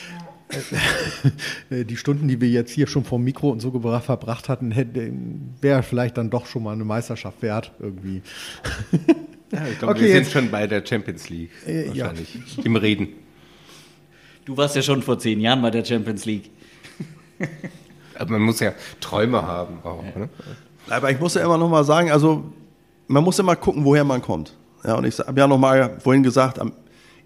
Ja. Die Stunden, die wir jetzt hier schon vom Mikro und so verbracht hatten, wäre vielleicht dann doch schon mal eine Meisterschaft wert irgendwie. Ja, ich glaube, wir sind schon bei der Champions League wahrscheinlich im Reden. Du warst ja schon vor 10 Jahren bei der Champions League. Aber man muss ja Träume haben auch, ne? Aber ich muss ja immer noch mal sagen, also man muss immer gucken, woher man kommt. Ja, und ich habe ja noch mal vorhin gesagt, am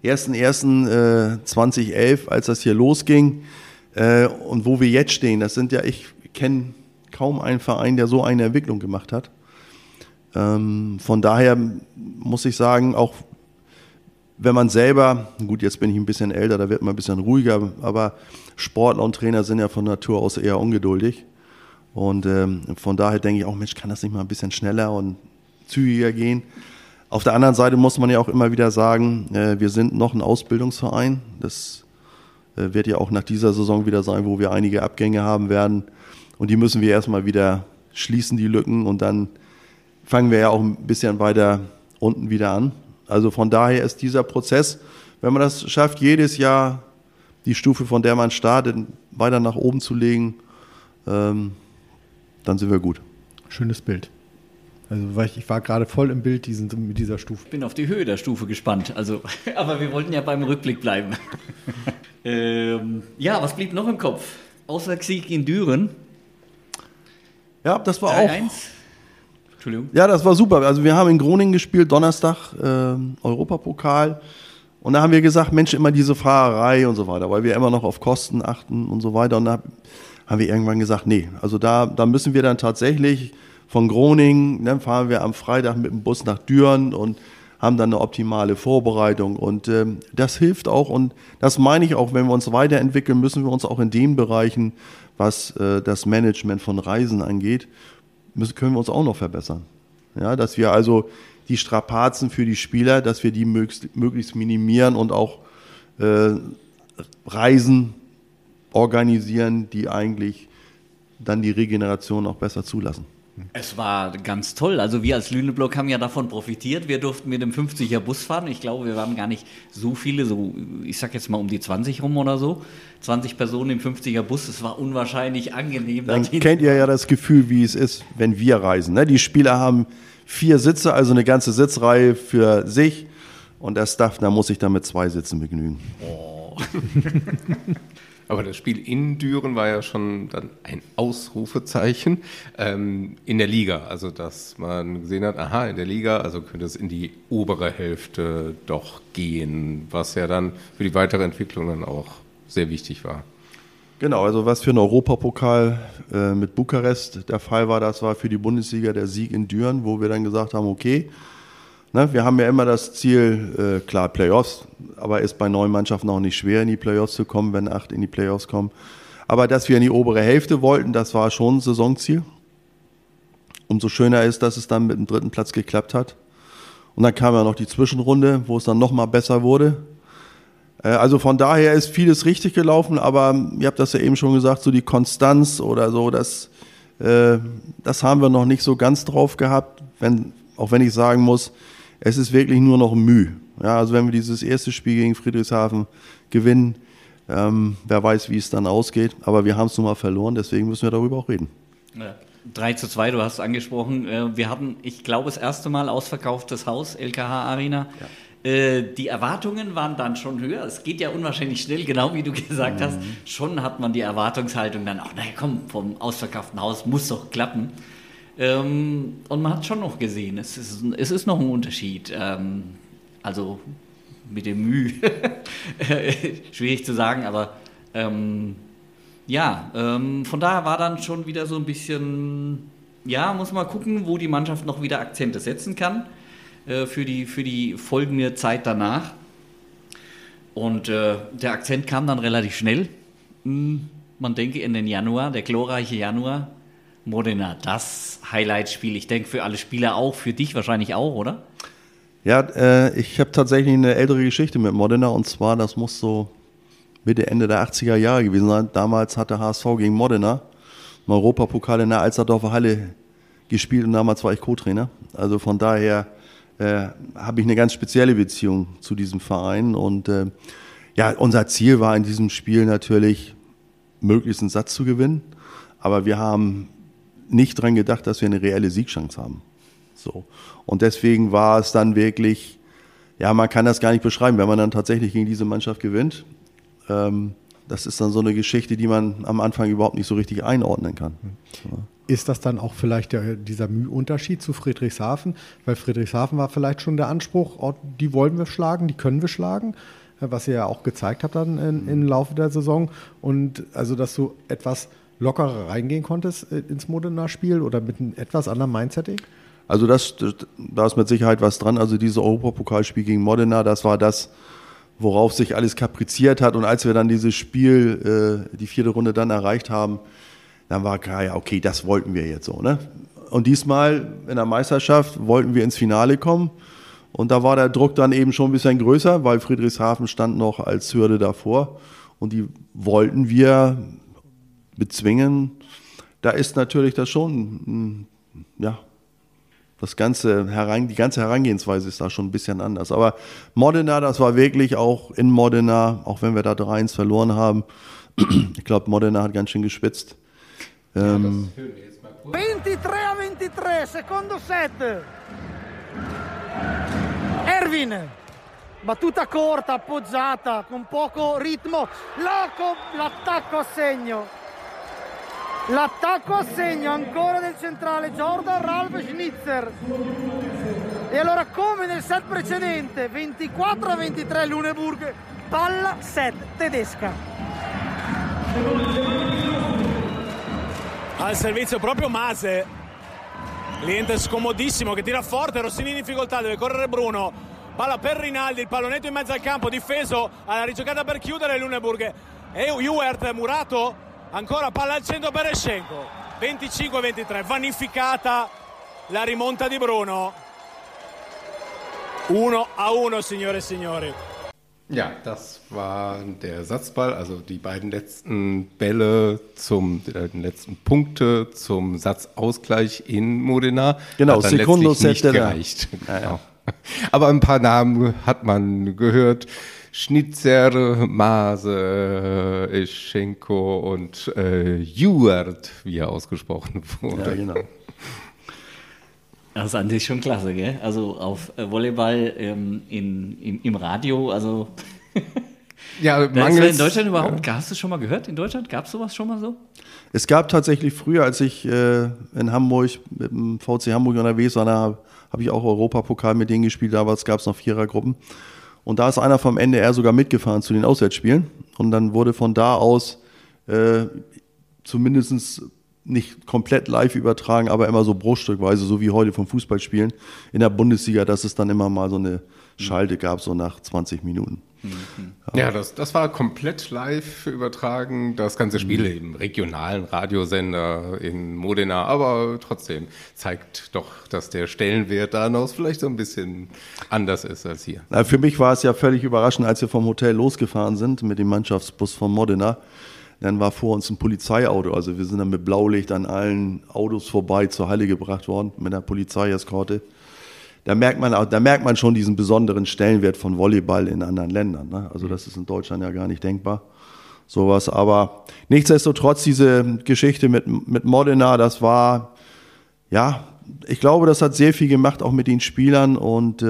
01.01.2011, als das hier losging und wo wir jetzt stehen, das sind ja, ich kenne kaum einen Verein, der so eine Entwicklung gemacht hat. Von daher muss ich sagen, auch wenn man selber, gut, jetzt bin ich ein bisschen älter, da wird man ein bisschen ruhiger, aber Sportler und Trainer sind ja von Natur aus eher ungeduldig. Und von daher denke ich auch, Mensch, kann das nicht mal ein bisschen schneller und zügiger gehen? Auf der anderen Seite muss man ja auch immer wieder sagen, wir sind noch ein Ausbildungsverein. Das wird ja auch nach dieser Saison wieder sein, wo wir einige Abgänge haben werden. Und die müssen wir erstmal wieder schließen, die Lücken. Und dann fangen wir ja auch ein bisschen weiter unten wieder an. Also von daher ist dieser Prozess, wenn man das schafft, jedes Jahr die Stufe, von der man startet, weiter nach oben zu legen, dann sind wir gut. Schönes Bild. Also weil ich war gerade voll im Bild mit dieser Stufe. Ich bin auf die Höhe der Stufe gespannt. Also, aber wir wollten ja beim Rückblick bleiben. Ja, was blieb noch im Kopf? Auswärtssieg in Düren. Ja, das war 3-1. auch. Entschuldigung. Ja, das war super. Also wir haben in Groningen gespielt, Donnerstag, Europapokal. Und da haben wir gesagt, Mensch, immer diese Fahrerei und so weiter, weil wir immer noch auf Kosten achten und so weiter. Und da haben wir irgendwann gesagt, nee, also da müssen wir dann tatsächlich von Groningen, dann fahren wir am Freitag mit dem Bus nach Düren und haben dann eine optimale Vorbereitung. Und das hilft auch. Und das meine ich auch, wenn wir uns weiterentwickeln, müssen wir uns auch in den Bereichen, was das Management von Reisen angeht, können wir uns auch noch verbessern. Ja, dass wir also die Strapazen für die Spieler, dass wir die möglichst minimieren und auch Reisen organisieren, die eigentlich dann die Regeneration auch besser zulassen. Es war ganz toll. Also wir als Lüneblock haben ja davon profitiert. Wir durften mit dem 50er Bus fahren. Ich glaube, wir waren gar nicht so viele, so ich sag jetzt mal um die 20 rum oder so. 20 Personen im 50er Bus. Es war unwahrscheinlich angenehm. Dann kennt ihr ja das Gefühl, wie es ist, wenn wir reisen. Ne? Die Spieler haben 4 Sitze, also eine ganze Sitzreihe für sich. Und der Staff, da muss sich dann mit 2 Sitzen begnügen. Oh. Aber das Spiel in Düren war ja schon dann ein Ausrufezeichen in der Liga. Also, dass man gesehen hat, aha, in der Liga, also könnte es in die obere Hälfte doch gehen, was ja dann für die weitere Entwicklung dann auch sehr wichtig war. Genau, also was für einen Europapokal mit Bukarest der Fall war, das war für die Bundesliga der Sieg in Düren, wo wir dann gesagt haben, okay, ne, wir haben ja immer das Ziel, klar, Playoffs, aber ist bei 9 Mannschaften auch nicht schwer, in die Playoffs zu kommen, wenn 8 in die Playoffs kommen. Aber dass wir in die obere Hälfte wollten, das war schon ein Saisonziel. Umso schöner ist, dass es dann mit dem 3. Platz geklappt hat. Und dann kam ja noch die Zwischenrunde, wo es dann nochmal besser wurde. Also von daher ist vieles richtig gelaufen, aber ihr habt das ja eben schon gesagt, so die Konstanz oder so, das haben wir noch nicht so ganz drauf gehabt, auch wenn ich sagen muss, es ist wirklich nur noch Mühe. Ja, also wenn wir dieses erste Spiel gegen Friedrichshafen gewinnen, wer weiß, wie es dann ausgeht, aber wir haben es nun mal verloren, deswegen müssen wir darüber auch reden. Ja. 3-2, du hast es angesprochen. Wir hatten, ich glaube, das erste Mal ausverkauftes Haus, LKH Arena. Ja. Die Erwartungen waren dann schon höher. Es geht ja unwahrscheinlich schnell, genau wie du gesagt hast. Schon hat man die Erwartungshaltung dann, ach naja, komm, vom ausverkauften Haus muss doch klappen. Und man hat schon noch gesehen, es ist noch ein Unterschied. Also mit dem Mühe, schwierig zu sagen, aber von daher war dann schon wieder so ein bisschen, ja, muss man gucken, wo die Mannschaft noch wieder Akzente setzen kann für die folgende Zeit danach. Und der Akzent kam dann relativ schnell. Man denke in den Januar, der glorreiche Januar. Modena, das Highlight-Spiel. Ich denke für alle Spieler auch, für dich wahrscheinlich auch, oder? Ja, ich habe tatsächlich eine ältere Geschichte mit Modena und zwar, das muss so Mitte, Ende der 80er Jahre gewesen sein. Damals hatte HSV gegen Modena im Europapokal in der Alsterdorfer Halle gespielt und damals war ich Co-Trainer. Also von daher habe ich eine ganz spezielle Beziehung zu diesem Verein und unser Ziel war in diesem Spiel natürlich, möglichst einen Satz zu gewinnen, aber wir haben nicht dran gedacht, dass wir eine reelle Siegchance haben. So. Und deswegen war es dann wirklich, ja, man kann das gar nicht beschreiben, wenn man dann tatsächlich gegen diese Mannschaft gewinnt, dann das ist dann so eine Geschichte, die man am Anfang überhaupt nicht so richtig einordnen kann. Ja. Ist das dann auch vielleicht dieser Müheunterschied zu Friedrichshafen? Weil Friedrichshafen war vielleicht schon der Anspruch, die wollen wir schlagen, die können wir schlagen, was ihr ja auch gezeigt habt dann im Laufe der Saison. Und also, dass du etwas lockerer reingehen konntest ins Modena-Spiel oder mit einem etwas anderen Mindset? Also da ist mit Sicherheit was dran. Also dieses Europapokalspiel gegen Modena, das war das, worauf sich alles kapriziert hat. Und als wir dann dieses Spiel, die 4. Runde dann erreicht haben, dann war klar, ja okay, das wollten wir jetzt so. Ne? Und diesmal in der Meisterschaft wollten wir ins Finale kommen. Und da war der Druck dann eben schon ein bisschen größer, weil Friedrichshafen stand noch als Hürde davor. Und die wollten wir bezwingen. Da ist natürlich das schon, ja, die ganze Herangehensweise ist da schon ein bisschen anders. Aber Modena, das war wirklich auch in Modena, auch wenn wir da 3-1 verloren haben. Ich glaube, Modena hat ganz schön gespitzt. 23-23, secondo set. Erwin, battuta corta, appoggiata, con poco ritmo. L'attacco a segno. L'attacco a segno ancora del centrale Jordan Ralf Schnitzer. E allora come nel set precedente, 24-23 Lüneburg, palla set tedesca. Al servizio proprio Mase, cliente scomodissimo che tira forte, Rossini in difficoltà, deve correre Bruno, palla per Rinaldi, il pallonetto in mezzo al campo, difeso alla rigiocata per chiudere Lüneburg e Ewert, Murato, ancora palla al centro per Eschenko, 25-23, vanificata la rimonta di Bruno, 1-1 signore e signori. Ja, das war der Satzball, also die beiden letzten Bälle die letzten Punkte zum Satzausgleich in Modena. Genau, hat dann Sekundo letztlich nicht gereicht. Genau. Aber ein paar Namen hat man gehört. Schnitzer, Mase, Eschenko und Ewert, wie er ausgesprochen wurde. Ja, genau. Das ist an sich schon klasse, gell? Also auf Volleyball im Radio, also Ja, das in Deutschland überhaupt, hast du schon mal gehört? In Deutschland gab es sowas schon mal so? Es gab tatsächlich früher, als ich in Hamburg mit dem VC Hamburg unterwegs war, da habe ich auch Europapokal mit denen gespielt, damals gab es noch Vierergruppen. Und da ist einer vom NDR sogar mitgefahren zu den Auswärtsspielen. Und dann wurde von da aus zumindest nicht komplett live übertragen, aber immer so bruchstückweise, so wie heute vom Fußballspielen in der Bundesliga, dass es dann immer mal so eine Schalte gab, so nach 20 Minuten. Ja, das war komplett live übertragen, das ganze Spiel im regionalen Radiosender in Modena, aber trotzdem zeigt doch, dass der Stellenwert da noch vielleicht so ein bisschen anders ist als hier. Na, für mich war es ja völlig überraschend, als wir vom Hotel losgefahren sind mit dem Mannschaftsbus von Modena. Dann war vor uns ein Polizeiauto, also wir sind dann mit Blaulicht an allen Autos vorbei zur Halle gebracht worden, mit einer Polizeieskorte. Da merkt man schon diesen besonderen Stellenwert von Volleyball in anderen Ländern. Ne? Also das ist in Deutschland ja gar nicht denkbar, sowas. Aber nichtsdestotrotz diese Geschichte mit Modena, das war, ja, ich glaube, das hat sehr viel gemacht, auch mit den Spielern und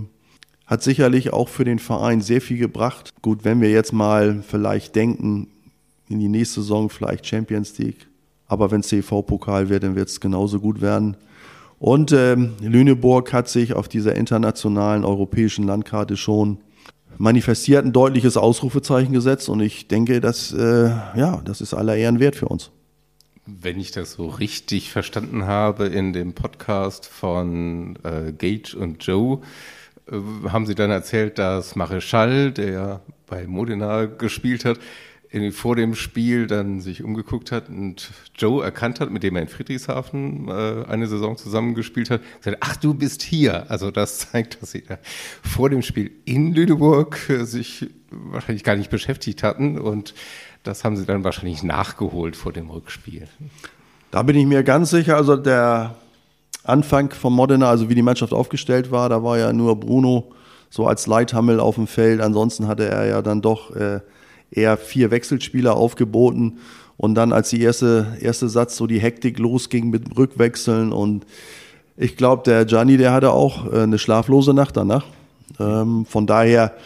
hat sicherlich auch für den Verein sehr viel gebracht. Gut, wenn wir jetzt mal vielleicht denken, in die nächste Saison vielleicht Champions League. Aber wenn es CV-Pokal wird, dann wird es genauso gut werden. Und Lüneburg hat sich auf dieser internationalen europäischen Landkarte schon manifestiert, ein deutliches Ausrufezeichen gesetzt. Und ich denke, das ist aller Ehren wert für uns. Wenn ich das so richtig verstanden habe, in dem Podcast von Gage und Joe, haben sie dann erzählt, dass Mareschal, der bei Modena gespielt hat, vor dem Spiel dann sich umgeguckt hat und Joe erkannt hat, mit dem er in Friedrichshafen eine Saison zusammengespielt hat, gesagt, ach, du bist hier. Also das zeigt, dass sie vor dem Spiel in Lüneburg sich wahrscheinlich gar nicht beschäftigt hatten und das haben sie dann wahrscheinlich nachgeholt vor dem Rückspiel. Da bin ich mir ganz sicher, also der Anfang von Modena, also wie die Mannschaft aufgestellt war, da war ja nur Bruno so als Leithammel auf dem Feld, ansonsten hatte er ja dann doch eher 4 Wechselspieler aufgeboten und dann als die erste Satz so die Hektik losging mit Rückwechseln und ich glaube, der Gianni, der hatte auch eine schlaflose Nacht danach. Von daher,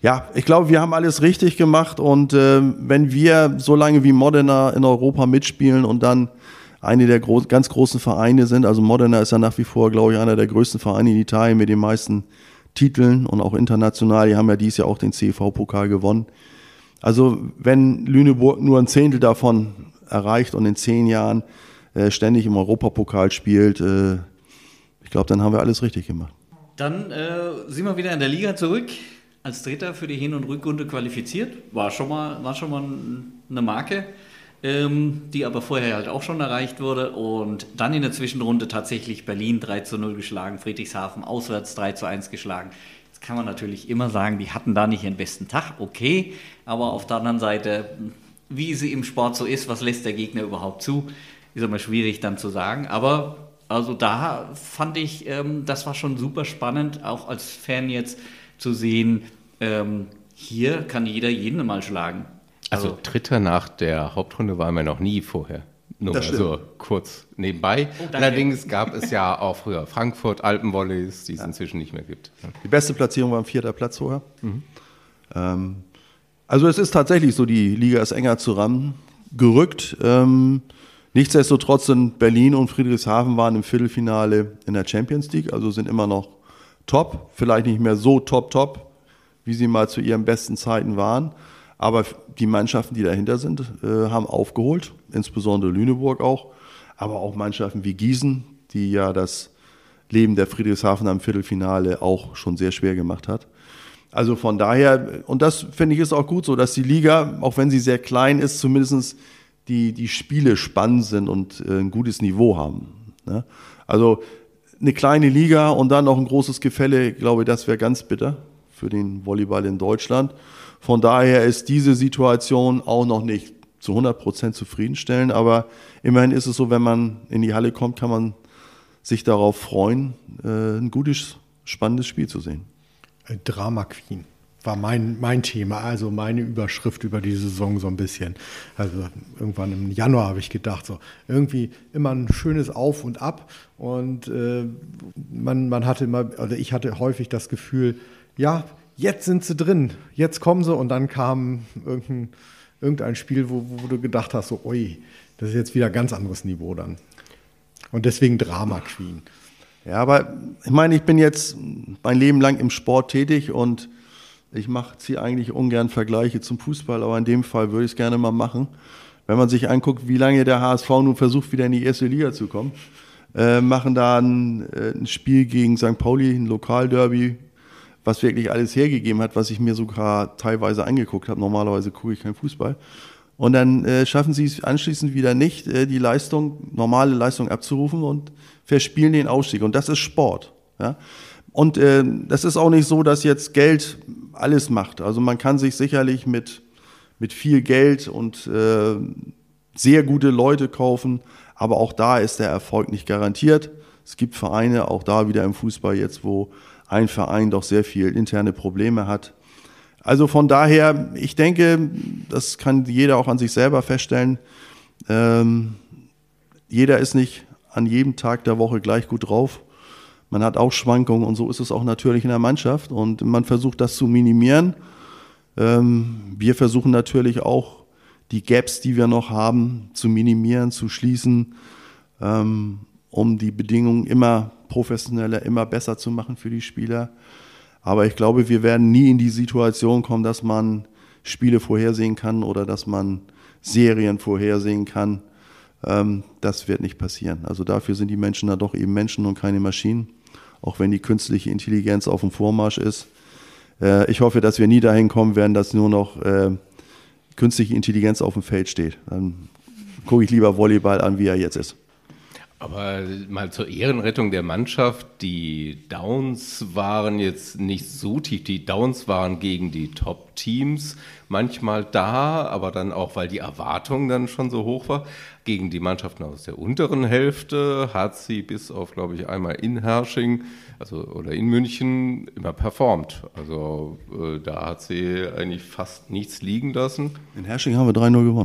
Ja, ich glaube, wir haben alles richtig gemacht und wenn wir so lange wie Modena in Europa mitspielen und dann eine der ganz großen Vereine sind, also Modena ist ja nach wie vor, glaube ich, einer der größten Vereine in Italien mit den meisten Titeln und auch international, die haben ja dieses Jahr auch den CV-Pokal gewonnen. Also wenn Lüneburg nur ein Zehntel davon erreicht und in 10 Jahren ständig im Europapokal spielt, ich glaube, dann haben wir alles richtig gemacht. Dann sind wir wieder in der Liga zurück. Als Dritter für die Hin- und Rückrunde qualifiziert. War schon mal eine Marke, die aber vorher halt auch schon erreicht wurde. Und dann in der Zwischenrunde tatsächlich Berlin 3:0 geschlagen, Friedrichshafen auswärts 3:1 geschlagen. Jetzt kann man natürlich immer sagen, die hatten da nicht ihren besten Tag, okay. Aber auf der anderen Seite, wie sie im Sport so ist, was lässt der Gegner überhaupt zu, ist immer schwierig dann zu sagen. Aber also da fand ich, das war schon super spannend, auch als Fan jetzt zu sehen, hier kann jeder jeden mal schlagen. Also Dritter nach der Hauptrunde waren wir noch nie vorher. Nur mal so kurz nebenbei. Allerdings gab es ja auch früher Frankfurt, Alpenvolleys, die es inzwischen nicht mehr gibt. Die beste Platzierung war am 4. Platz vorher. Also es ist tatsächlich so, die Liga ist enger zusammengerückt. Nichtsdestotrotz sind Berlin und Friedrichshafen waren im Viertelfinale in der Champions League, also sind immer noch top, vielleicht nicht mehr so top, wie sie mal zu ihren besten Zeiten waren. Aber die Mannschaften, die dahinter sind, haben aufgeholt, insbesondere Lüneburg auch, aber auch Mannschaften wie Gießen, die ja das Leben der Friedrichshafener im Viertelfinale auch schon sehr schwer gemacht hat. Also von daher, und das finde ich ist auch gut so, dass die Liga, auch wenn sie sehr klein ist, zumindest die Spiele spannend sind und ein gutes Niveau haben. Ne? Also eine kleine Liga und dann noch ein großes Gefälle, ich glaube, das wäre ganz bitter für den Volleyball in Deutschland. Von daher ist diese Situation auch noch nicht zu 100% zufriedenstellend, aber immerhin ist es so, wenn man in die Halle kommt, kann man sich darauf freuen, ein gutes, spannendes Spiel zu sehen. Drama Queen war mein Thema, also meine Überschrift über die Saison so ein bisschen. Also irgendwann im Januar habe ich gedacht, so irgendwie immer ein schönes Auf und Ab und man hatte immer, also ich hatte häufig das Gefühl, ja, jetzt sind sie drin, jetzt kommen sie und dann kam irgendein Spiel, wo du gedacht hast, so, ui, das ist jetzt wieder ein ganz anderes Niveau dann. Und deswegen Drama Queen. Ja, aber ich meine, ich bin jetzt mein Leben lang im Sport tätig und ich ziehe eigentlich ungern Vergleiche zum Fußball, aber in dem Fall würde ich es gerne mal machen. Wenn man sich anguckt, wie lange der HSV nun versucht, wieder in die erste Liga zu kommen, machen da ein Spiel gegen St. Pauli, ein Lokalderby, was wirklich alles hergegeben hat, was ich mir sogar teilweise angeguckt habe. Normalerweise gucke ich keinen Fußball. Und dann schaffen sie es anschließend wieder nicht, die normale Leistung abzurufen und verspielen den Ausstieg. Und das ist Sport. Ja? Und das ist auch nicht so, dass jetzt Geld alles macht. Also man kann sich sicherlich mit viel Geld und sehr gute Leute kaufen, aber auch da ist der Erfolg nicht garantiert. Es gibt Vereine, auch da wieder im Fußball jetzt, wo ein Verein doch sehr viel interne Probleme hat. Also von daher, ich denke, das kann jeder auch an sich selber feststellen, jeder ist nicht an jedem Tag der Woche gleich gut drauf. Man hat auch Schwankungen und so ist es auch natürlich in der Mannschaft und man versucht das zu minimieren. Wir versuchen natürlich auch die Gaps, die wir noch haben, zu minimieren, zu schließen, um die Bedingungen immer professioneller, immer besser zu machen für die Spieler. Aber ich glaube, wir werden nie in die Situation kommen, dass man Spiele vorhersehen kann oder dass man Serien vorhersehen kann. Das wird nicht passieren. Also dafür sind die Menschen da doch eben Menschen und keine Maschinen, auch wenn die künstliche Intelligenz auf dem Vormarsch ist. Ich hoffe, dass wir nie dahin kommen werden, dass nur noch künstliche Intelligenz auf dem Feld steht. Dann gucke ich lieber Volleyball an, wie er jetzt ist. Aber mal zur Ehrenrettung der Mannschaft, die Downs waren jetzt nicht so tief. Die Downs waren gegen die Top-Teams manchmal da, aber dann auch, weil die Erwartung dann schon so hoch war. Gegen die Mannschaften aus der unteren Hälfte hat sie bis auf, glaube ich, einmal in Hersching oder in München immer performt. Also da hat sie eigentlich fast nichts liegen lassen. In Hersching haben wir 3-0 gewonnen.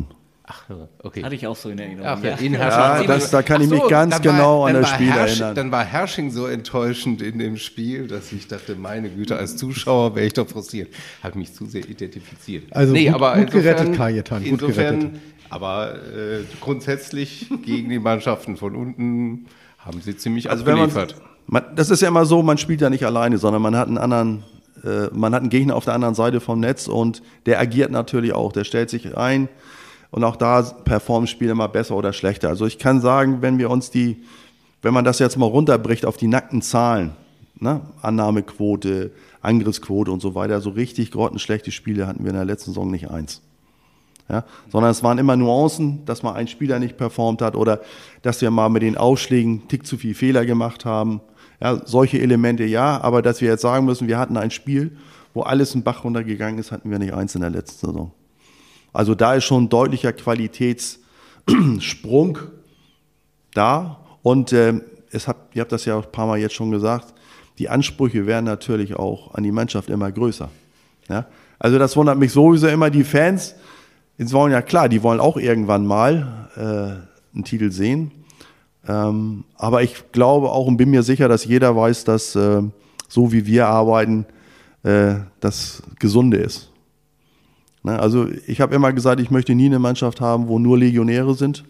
Ach, okay. Hatte ich auch so in Erinnerung. Ach, ja. in Ja, da kann ich mich ganz genau an das Spiel erinnern. Dann war Herrsching so enttäuschend in dem Spiel, dass ich dachte, meine Güte, als Zuschauer wäre ich doch frustriert. Habe mich zu sehr identifiziert. Also gut gerettet, Kajetan. Insofern, aber grundsätzlich gegen die Mannschaften von unten haben sie ziemlich abgeliefert. Das ist ja immer so, man spielt ja nicht alleine, sondern man hat einen Gegner auf der anderen Seite vom Netz und der agiert natürlich auch, der stellt sich ein. Und auch da performen Spiele immer besser oder schlechter. Also ich kann sagen, wenn man das jetzt mal runterbricht auf die nackten Zahlen, ne? Annahmequote, Angriffsquote und so weiter, so richtig grottenschlechte Spiele hatten wir in der letzten Saison nicht eins. Ja? Sondern es waren immer Nuancen, dass mal ein Spieler nicht performt hat oder dass wir mal mit den Aufschlägen einen Tick zu viel Fehler gemacht haben. Ja, solche Elemente ja, aber dass wir jetzt sagen müssen, wir hatten ein Spiel, wo alles einen Bach runtergegangen ist, hatten wir nicht eins in der letzten Saison. Also da ist schon ein deutlicher Qualitätssprung da und ihr habt das ja ein paar Mal jetzt schon gesagt, die Ansprüche werden natürlich auch an die Mannschaft immer größer. Ja? Also das wundert mich sowieso immer, die Fans, jetzt wollen ja klar, die wollen auch irgendwann mal einen Titel sehen, aber ich glaube auch und bin mir sicher, dass jeder weiß, dass so wie wir arbeiten, das Gesunde ist. Also ich habe immer gesagt, ich möchte nie eine Mannschaft haben, wo nur Legionäre sind.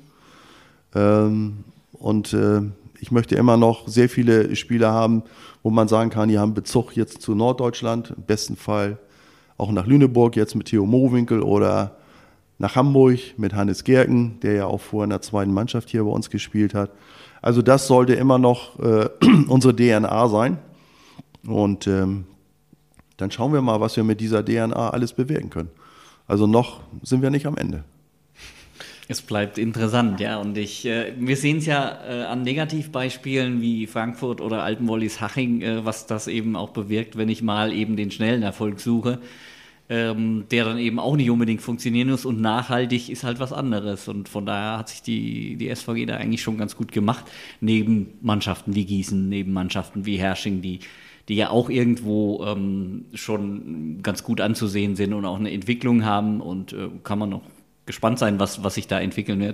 Und ich möchte immer noch sehr viele Spieler haben, wo man sagen kann, die haben Bezug jetzt zu Norddeutschland, im besten Fall auch nach Lüneburg, jetzt mit Theo Mohwinkel oder nach Hamburg mit Hannes Gerken, der ja auch vorher in der zweiten Mannschaft hier bei uns gespielt hat. Also das sollte immer noch unsere DNA sein. Und dann schauen wir mal, was wir mit dieser DNA alles bewirken können. Also noch sind wir nicht am Ende. Es bleibt interessant, ja. Und wir sehen es ja an Negativbeispielen wie Frankfurt oder Alpenwollis Haching, was das eben auch bewirkt, wenn ich mal eben den schnellen Erfolg suche, der dann eben auch nicht unbedingt funktionieren muss. Und nachhaltig ist halt was anderes. Und von daher hat sich die SVG da eigentlich schon ganz gut gemacht. Neben Mannschaften wie Gießen, neben Mannschaften wie Herrsching, die ja auch irgendwo schon ganz gut anzusehen sind und auch eine Entwicklung haben und kann man noch gespannt sein, was sich da entwickeln wird.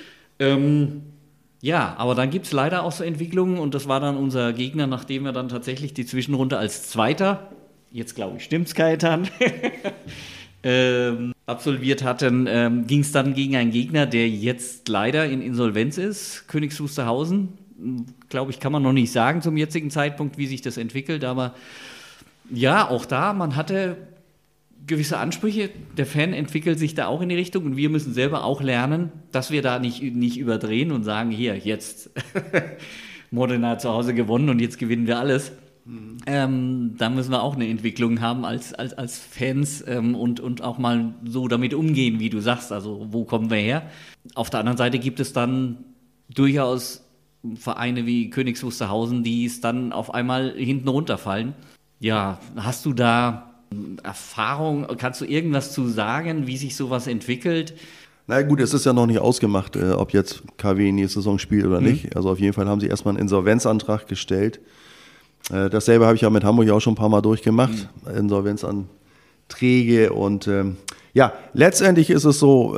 Ja, aber dann gibt es leider auch so Entwicklungen und das war dann unser Gegner, nachdem wir dann tatsächlich die Zwischenrunde als Zweiter, jetzt glaube ich stimmt's, Kajetan, absolviert hatten, ging es dann gegen einen Gegner, der jetzt leider in Insolvenz ist, Königs Wusterhausen. Glaube ich, kann man noch nicht sagen zum jetzigen Zeitpunkt, wie sich das entwickelt, aber ja, auch da, man hatte gewisse Ansprüche, der Fan entwickelt sich da auch in die Richtung und wir müssen selber auch lernen, dass wir da nicht überdrehen und sagen, hier, jetzt Modena zu Hause gewonnen und jetzt gewinnen wir alles. Da müssen wir auch eine Entwicklung haben als Fans und auch mal so damit umgehen, wie du sagst, also wo kommen wir her? Auf der anderen Seite gibt es dann durchaus Vereine wie Königs Wusterhausen, die es dann auf einmal hinten runterfallen. Ja, hast du da Erfahrung, kannst du irgendwas zu sagen, wie sich sowas entwickelt? Na gut, es ist ja noch nicht ausgemacht, ob jetzt KW nächste Saison spielt oder nicht. Also auf jeden Fall haben sie erstmal einen Insolvenzantrag gestellt. Dasselbe habe ich ja mit Hamburg auch schon ein paar Mal durchgemacht, Insolvenzanträge und ja, letztendlich ist es so,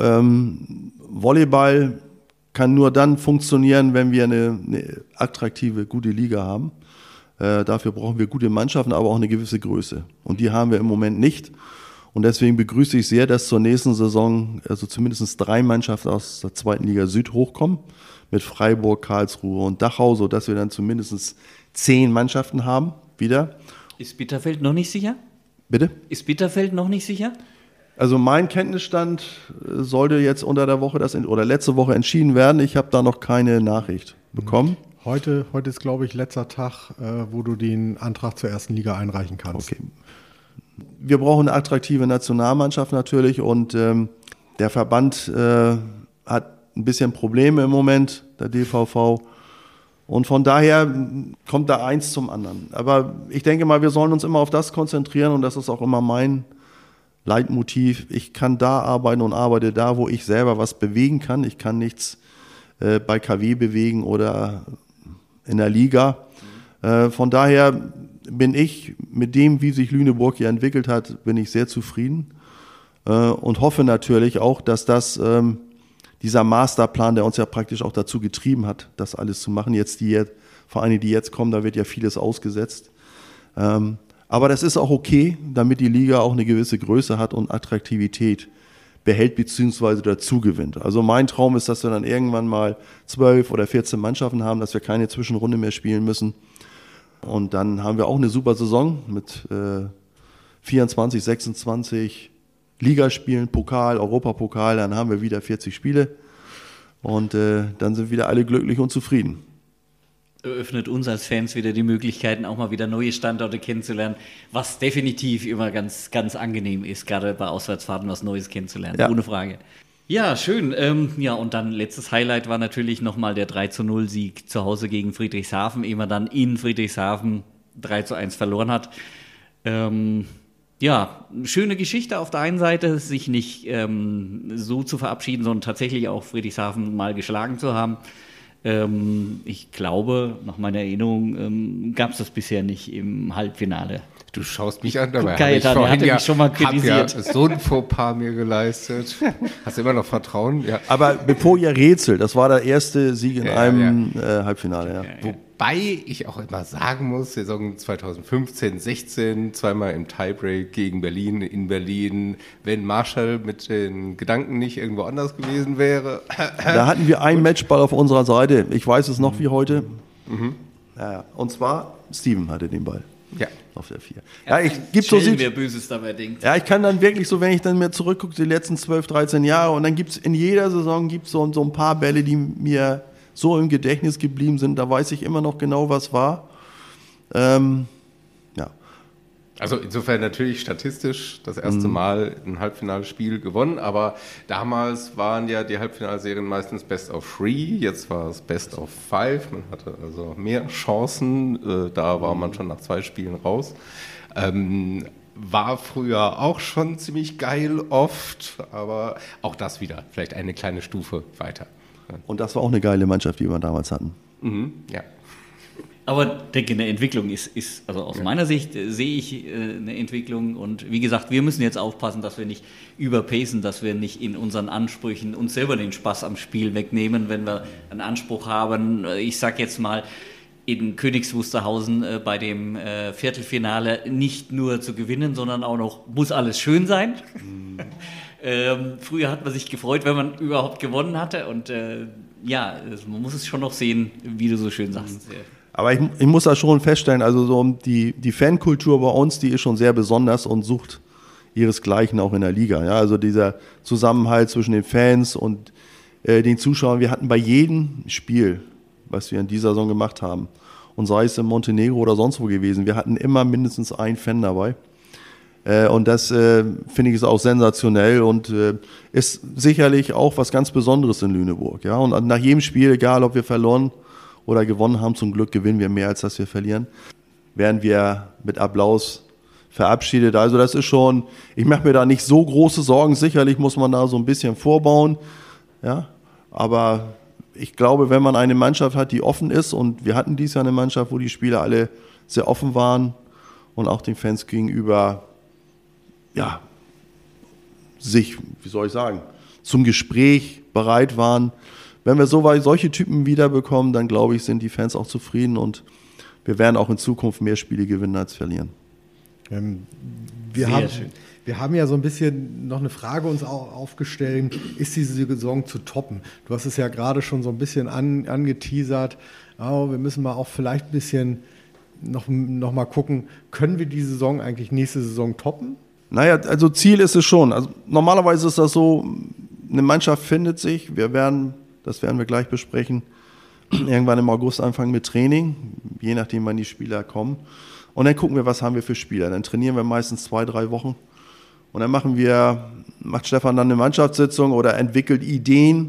Volleyball kann nur dann funktionieren, wenn wir eine attraktive, gute Liga haben. Dafür brauchen wir gute Mannschaften, aber auch eine gewisse Größe. Und die haben wir im Moment nicht. Und deswegen begrüße ich sehr, dass zur nächsten Saison also zumindest 3 Mannschaften aus der zweiten Liga Süd hochkommen. Mit Freiburg, Karlsruhe und Dachau, sodass wir dann zumindest 10 Mannschaften haben wieder. Ist Bitterfeld noch nicht sicher? Bitte? Ist Bitterfeld noch nicht sicher? Also mein Kenntnisstand sollte jetzt unter der Woche oder letzte Woche entschieden werden. Ich habe da noch keine Nachricht bekommen. Heute ist, glaube ich, letzter Tag, wo du den Antrag zur ersten Liga einreichen kannst. Okay. Wir brauchen eine attraktive Nationalmannschaft natürlich und der Verband hat ein bisschen Probleme im Moment, der DVV. Und von daher kommt da eins zum anderen. Aber ich denke mal, wir sollen uns immer auf das konzentrieren und das ist auch immer mein Leitmotiv. Ich kann da arbeiten und arbeite da, wo ich selber was bewegen kann. Ich kann nichts bei KW bewegen oder in der Liga. Von daher bin ich mit dem, wie sich Lüneburg hier entwickelt hat, bin ich sehr zufrieden und hoffe natürlich auch, dass das dieser Masterplan, der uns ja praktisch auch dazu getrieben hat, das alles zu machen. Jetzt die Vereine, die jetzt kommen, da wird ja vieles ausgesetzt. Aber das ist auch okay, damit die Liga auch eine gewisse Größe hat und Attraktivität behält bzw. dazu gewinnt. Also mein Traum ist, dass wir dann irgendwann mal 12 oder 14 Mannschaften haben, dass wir keine Zwischenrunde mehr spielen müssen. Und dann haben wir auch eine super Saison mit 24, 26 Ligaspielen, Pokal, Europapokal, dann haben wir wieder 40 Spiele und dann sind wieder alle glücklich und zufrieden. Eröffnet uns als Fans wieder die Möglichkeiten, auch mal wieder neue Standorte kennenzulernen, was definitiv immer ganz, ganz angenehm ist, gerade bei Auswärtsfahrten was Neues kennenzulernen, ohne Frage. Ja, schön. Und dann letztes Highlight war natürlich nochmal der 3:0-Sieg zu Hause gegen Friedrichshafen, ehe man dann in Friedrichshafen 3:1 verloren hat. Schöne Geschichte auf der einen Seite, sich nicht so zu verabschieden, sondern tatsächlich auch Friedrichshafen mal geschlagen zu haben. Ich glaube, nach meiner Erinnerung gab es das bisher nicht im Halbfinale. Du schaust mich an, dabei habe ich vorhin mich schon mal kritisiert. Ja so ein Fauxpas mir geleistet. Hast du immer noch Vertrauen? Ja. Aber bevor ihr rätselt, das war der erste Sieg in einem Halbfinale. Ja. Wobei ich auch immer sagen muss, Saison 2015, 16, zweimal im Tiebreak gegen Berlin, in Berlin. Wenn Marschall mit den Gedanken nicht irgendwo anders gewesen wäre. Da hatten wir einen Matchball auf unserer Seite. Ich weiß es noch wie heute. Ja, und zwar, Steven hatte den Ball. Ja. Auf der 4. Ja, wer Böses dabei denkt. Ja, ich kann dann wirklich so, wenn ich dann mir zurückgucke, die letzten 12, 13 Jahre, und dann gibt es in jeder Saison so ein paar Bälle, die mir so im Gedächtnis geblieben sind, da weiß ich immer noch genau, was war. Also insofern natürlich statistisch das erste Mal ein Halbfinalspiel gewonnen, aber damals waren ja die Halbfinalserien meistens Best of 3, jetzt war es Best of 5, man hatte also mehr Chancen, da war man schon nach 2 Spielen raus. War früher auch schon ziemlich geil oft, aber auch das wieder vielleicht eine kleine Stufe weiter. Und das war auch eine geile Mannschaft, die wir damals hatten. Ja. Aber ich denke, eine Entwicklung ist also aus meiner Sicht sehe ich eine Entwicklung, und wie gesagt, wir müssen jetzt aufpassen, dass wir nicht überpacen, dass wir nicht in unseren Ansprüchen uns selber den Spaß am Spiel wegnehmen, wenn wir einen Anspruch haben. Ich sag jetzt mal, in Königs Wusterhausen bei dem Viertelfinale nicht nur zu gewinnen, sondern auch noch, muss alles schön sein. Früher hat man sich gefreut, wenn man überhaupt gewonnen hatte, und man muss es schon noch sehen, wie du so schön sagst. Aber ich muss da schon feststellen, also so die Fankultur bei uns, die ist schon sehr besonders und sucht ihresgleichen auch in der Liga. Ja, also dieser Zusammenhalt zwischen den Fans und den Zuschauern. Wir hatten bei jedem Spiel, was wir in dieser Saison gemacht haben, und sei es in Montenegro oder sonst wo gewesen, wir hatten immer mindestens einen Fan dabei. Und das finde ich ist auch sensationell und ist sicherlich auch was ganz Besonderes in Lüneburg. Ja? Und nach jedem Spiel, egal ob wir verloren oder gewonnen haben, zum Glück gewinnen wir mehr, als dass wir verlieren, werden wir mit Applaus verabschiedet. Also das ist schon, ich mache mir da nicht so große Sorgen. Sicherlich muss man da so ein bisschen vorbauen. Ja? Aber ich glaube, wenn man eine Mannschaft hat, die offen ist, und wir hatten dieses Jahr eine Mannschaft, wo die Spieler alle sehr offen waren und auch den Fans gegenüber sich, zum Gespräch bereit waren. Wenn wir solche Typen wiederbekommen, dann glaube ich, sind die Fans auch zufrieden, und wir werden auch in Zukunft mehr Spiele gewinnen als verlieren. Wir haben ja so ein bisschen noch eine Frage uns auch aufgestellt, ist diese Saison zu toppen? Du hast es ja gerade schon so ein bisschen angeteasert, wir müssen mal auch vielleicht ein bisschen noch mal gucken, können wir die Saison eigentlich nächste Saison toppen? Naja, also Ziel ist es schon. Also normalerweise ist das so, eine Mannschaft findet sich, das werden wir gleich besprechen, irgendwann im August anfangen mit Training, je nachdem wann die Spieler kommen. Und dann gucken wir, was haben wir für Spieler. Dann trainieren wir meistens 2-3 Wochen. Und dann macht Stefan dann eine Mannschaftssitzung oder entwickelt Ideen,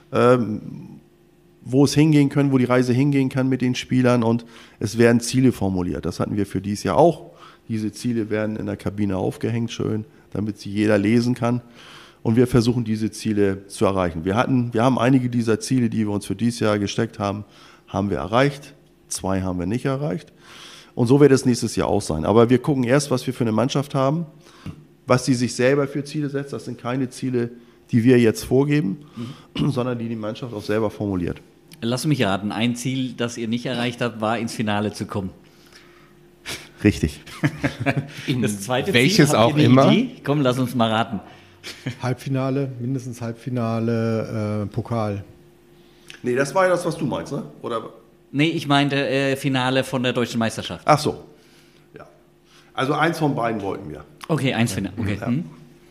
wo es hingehen kann, wo die Reise hingehen kann mit den Spielern. Und es werden Ziele formuliert. Das hatten wir für dieses Jahr auch. Diese Ziele werden in der Kabine aufgehängt, schön, damit sie jeder lesen kann. Und wir versuchen, diese Ziele zu erreichen. Wir haben einige dieser Ziele, die wir uns für dieses Jahr gesteckt haben, haben wir erreicht. 2 haben wir nicht erreicht. Und so wird es nächstes Jahr auch sein. Aber wir gucken erst, was wir für eine Mannschaft haben, was sie sich selber für Ziele setzt. Das sind keine Ziele, die wir jetzt vorgeben, sondern die Mannschaft auch selber formuliert. Lass mich raten, ein Ziel, das ihr nicht erreicht habt, war ins Finale zu kommen. Richtig. Das zweite welches Ziel, habt ihr auch eine immer? Idee? Komm, lass uns mal raten. Halbfinale, mindestens Halbfinale, Pokal. Nee, das war ja das, was du meinst, ne? Oder? Nee, ich meinte Finale von der Deutschen Meisterschaft. Ach so. Ja. Also eins von beiden wollten wir. Okay, eins Finale. Okay. Ja.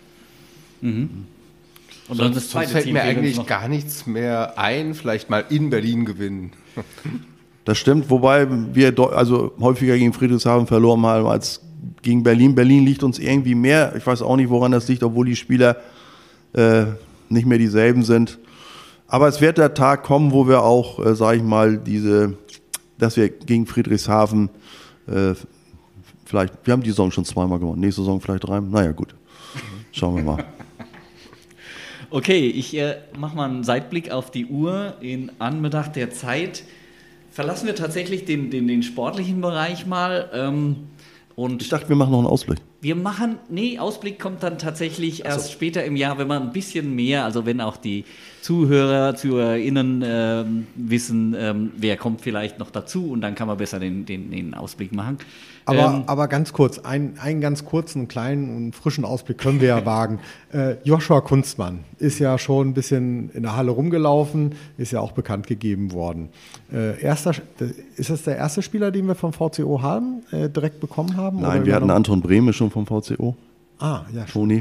Und dann das Sonst zweite fällt Ziel mir fehlt uns eigentlich noch. gar nichts mehr ein. Vielleicht mal in Berlin gewinnen. Das stimmt, wobei wir also häufiger gegen Friedrichshafen verloren haben als gegen Berlin. Berlin liegt uns irgendwie mehr. Ich weiß auch nicht, woran das liegt, obwohl die Spieler nicht mehr dieselben sind. Aber es wird der Tag kommen, wo wir auch, sage ich mal, dass wir gegen Friedrichshafen vielleicht, wir haben die Saison schon zweimal gewonnen, nächste Saison vielleicht 3. Naja, gut. Schauen wir mal. Okay, ich mache mal einen Seitblick auf die Uhr. In Anbetracht der Zeit verlassen wir tatsächlich den sportlichen Bereich mal. Und Ich dachte, wir machen noch einen Ausblick. Ausblick kommt dann tatsächlich erst später im Jahr, wenn man ein bisschen mehr, also wenn auch die ZuhörerInnen wissen, wer kommt vielleicht noch dazu und dann kann man besser den Ausblick machen. Aber ganz kurz, einen ganz kurzen, kleinen und frischen Ausblick können wir ja wagen. Joshua Kunstmann ist ja schon ein bisschen in der Halle rumgelaufen, ist ja auch bekannt gegeben worden. Ist das der erste Spieler, den wir vom VCO haben, direkt bekommen haben? Nein, Oder wir hatten Anton Brehme schon vom VCO. Ah, ja, Toni.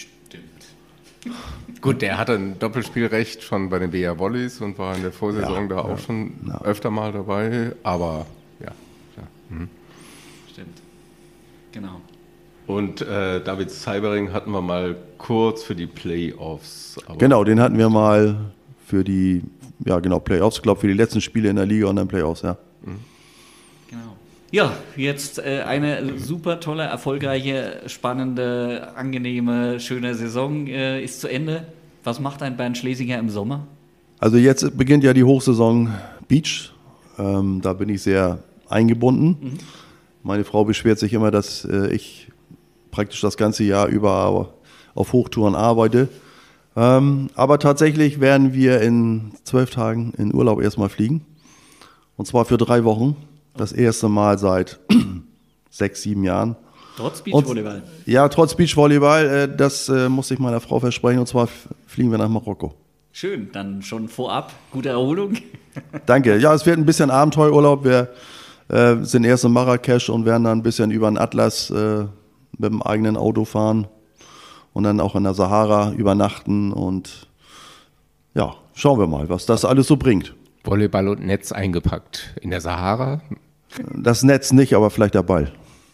Gut, der hatte ein Doppelspielrecht schon bei den BR Volleys und war in der Vorsaison da auch schon öfter mal dabei. Aber ja. Stimmt. Genau. Und David Seibering hatten wir mal kurz für die Playoffs. Aber Genau, den hatten wir mal für die Playoffs, ich glaube für die letzten Spiele in der Liga und dann Playoffs, ja. Genau. Ja, jetzt eine super tolle, erfolgreiche, spannende, angenehme, schöne Saison ist zu Ende. Was macht ein Bernd Schlesinger im Sommer? Also jetzt beginnt ja die Hochsaison Beach. Da bin ich sehr eingebunden. Meine Frau beschwert sich immer, dass ich praktisch das ganze Jahr über auf Hochtouren arbeite. Aber tatsächlich werden wir in 12 Tagen in Urlaub erstmal fliegen. Und zwar für 3 Wochen. Das erste Mal seit 6, 7 Jahren. Trotz Beachvolleyball? Ja, trotz Beachvolleyball. Das musste ich meiner Frau versprechen. Und zwar fliegen wir nach Marokko. Schön, dann schon vorab. Gute Erholung. Danke. Ja, es wird ein bisschen Abenteuerurlaub. Wir sind erst in Marrakesch und werden dann ein bisschen über den Atlas mit dem eigenen Auto fahren und dann auch in der Sahara übernachten und ja, schauen wir mal, was das alles so bringt. Volleyball und Netz eingepackt in der Sahara. Das Netz nicht, aber vielleicht der Ball.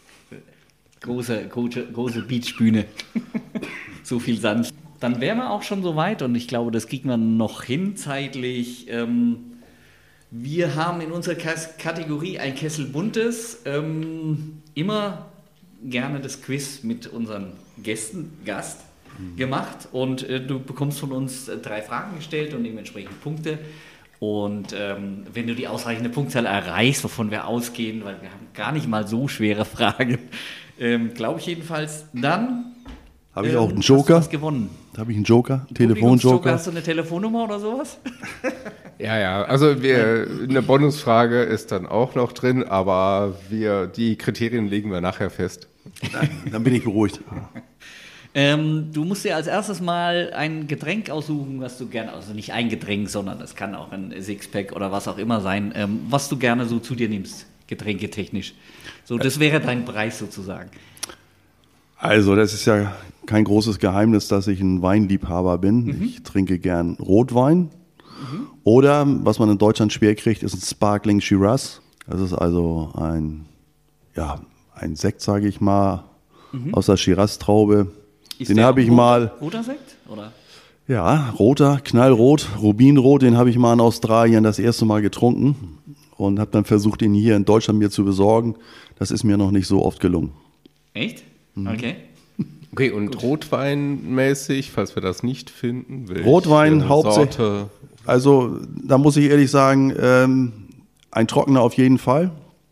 Große Beachbühne. So viel Sand. Dann wären wir auch schon so weit und ich glaube, das kriegen wir noch hin zeitlich. Wir haben in unserer Kategorie ein Kessel Buntes immer gerne das Quiz mit unseren Gast gemacht und du bekommst von uns 3 Fragen gestellt und dementsprechend Punkte. Und wenn du die ausreichende Punktzahl erreichst, wovon wir ausgehen, weil wir haben gar nicht mal so schwere Fragen, glaube ich jedenfalls, dann habe ich auch einen hast du Joker? was gewonnen. Habe ich einen Joker? Publikumsjoker, Telefonjoker? hast du eine Telefonnummer oder sowas? Ja, also eine Bonusfrage ist dann auch noch drin, aber die Kriterien legen wir nachher fest. Dann bin ich beruhigt. Du musst dir als erstes mal ein Getränk aussuchen, was du gerne, also nicht ein Getränk, sondern das kann auch ein Sixpack oder was auch immer sein, was du gerne so zu dir nimmst, getränketechnisch. So, das wäre dein Preis sozusagen. Also, das ist ja kein großes Geheimnis, dass ich ein Weinliebhaber bin. Ich trinke gern Rotwein. Oder, was man in Deutschland schwer kriegt, ist ein Sparkling Shiraz. Das ist also ein Sekt, sage ich mal, aus der Shiraz-Traube. Den habe ich mal. Roter Sekt? Oder? Ja, roter, knallrot, Rubinrot, den habe ich mal in Australien das erste Mal getrunken und habe dann versucht, ihn hier in Deutschland mir zu besorgen. Das ist mir noch nicht so oft gelungen. Echt? Okay. Okay, und Rotweinmäßig, falls wir das nicht finden, Rotwein hauptsächlich. Sorte? Also, da muss ich ehrlich sagen, ein trockener auf jeden Fall.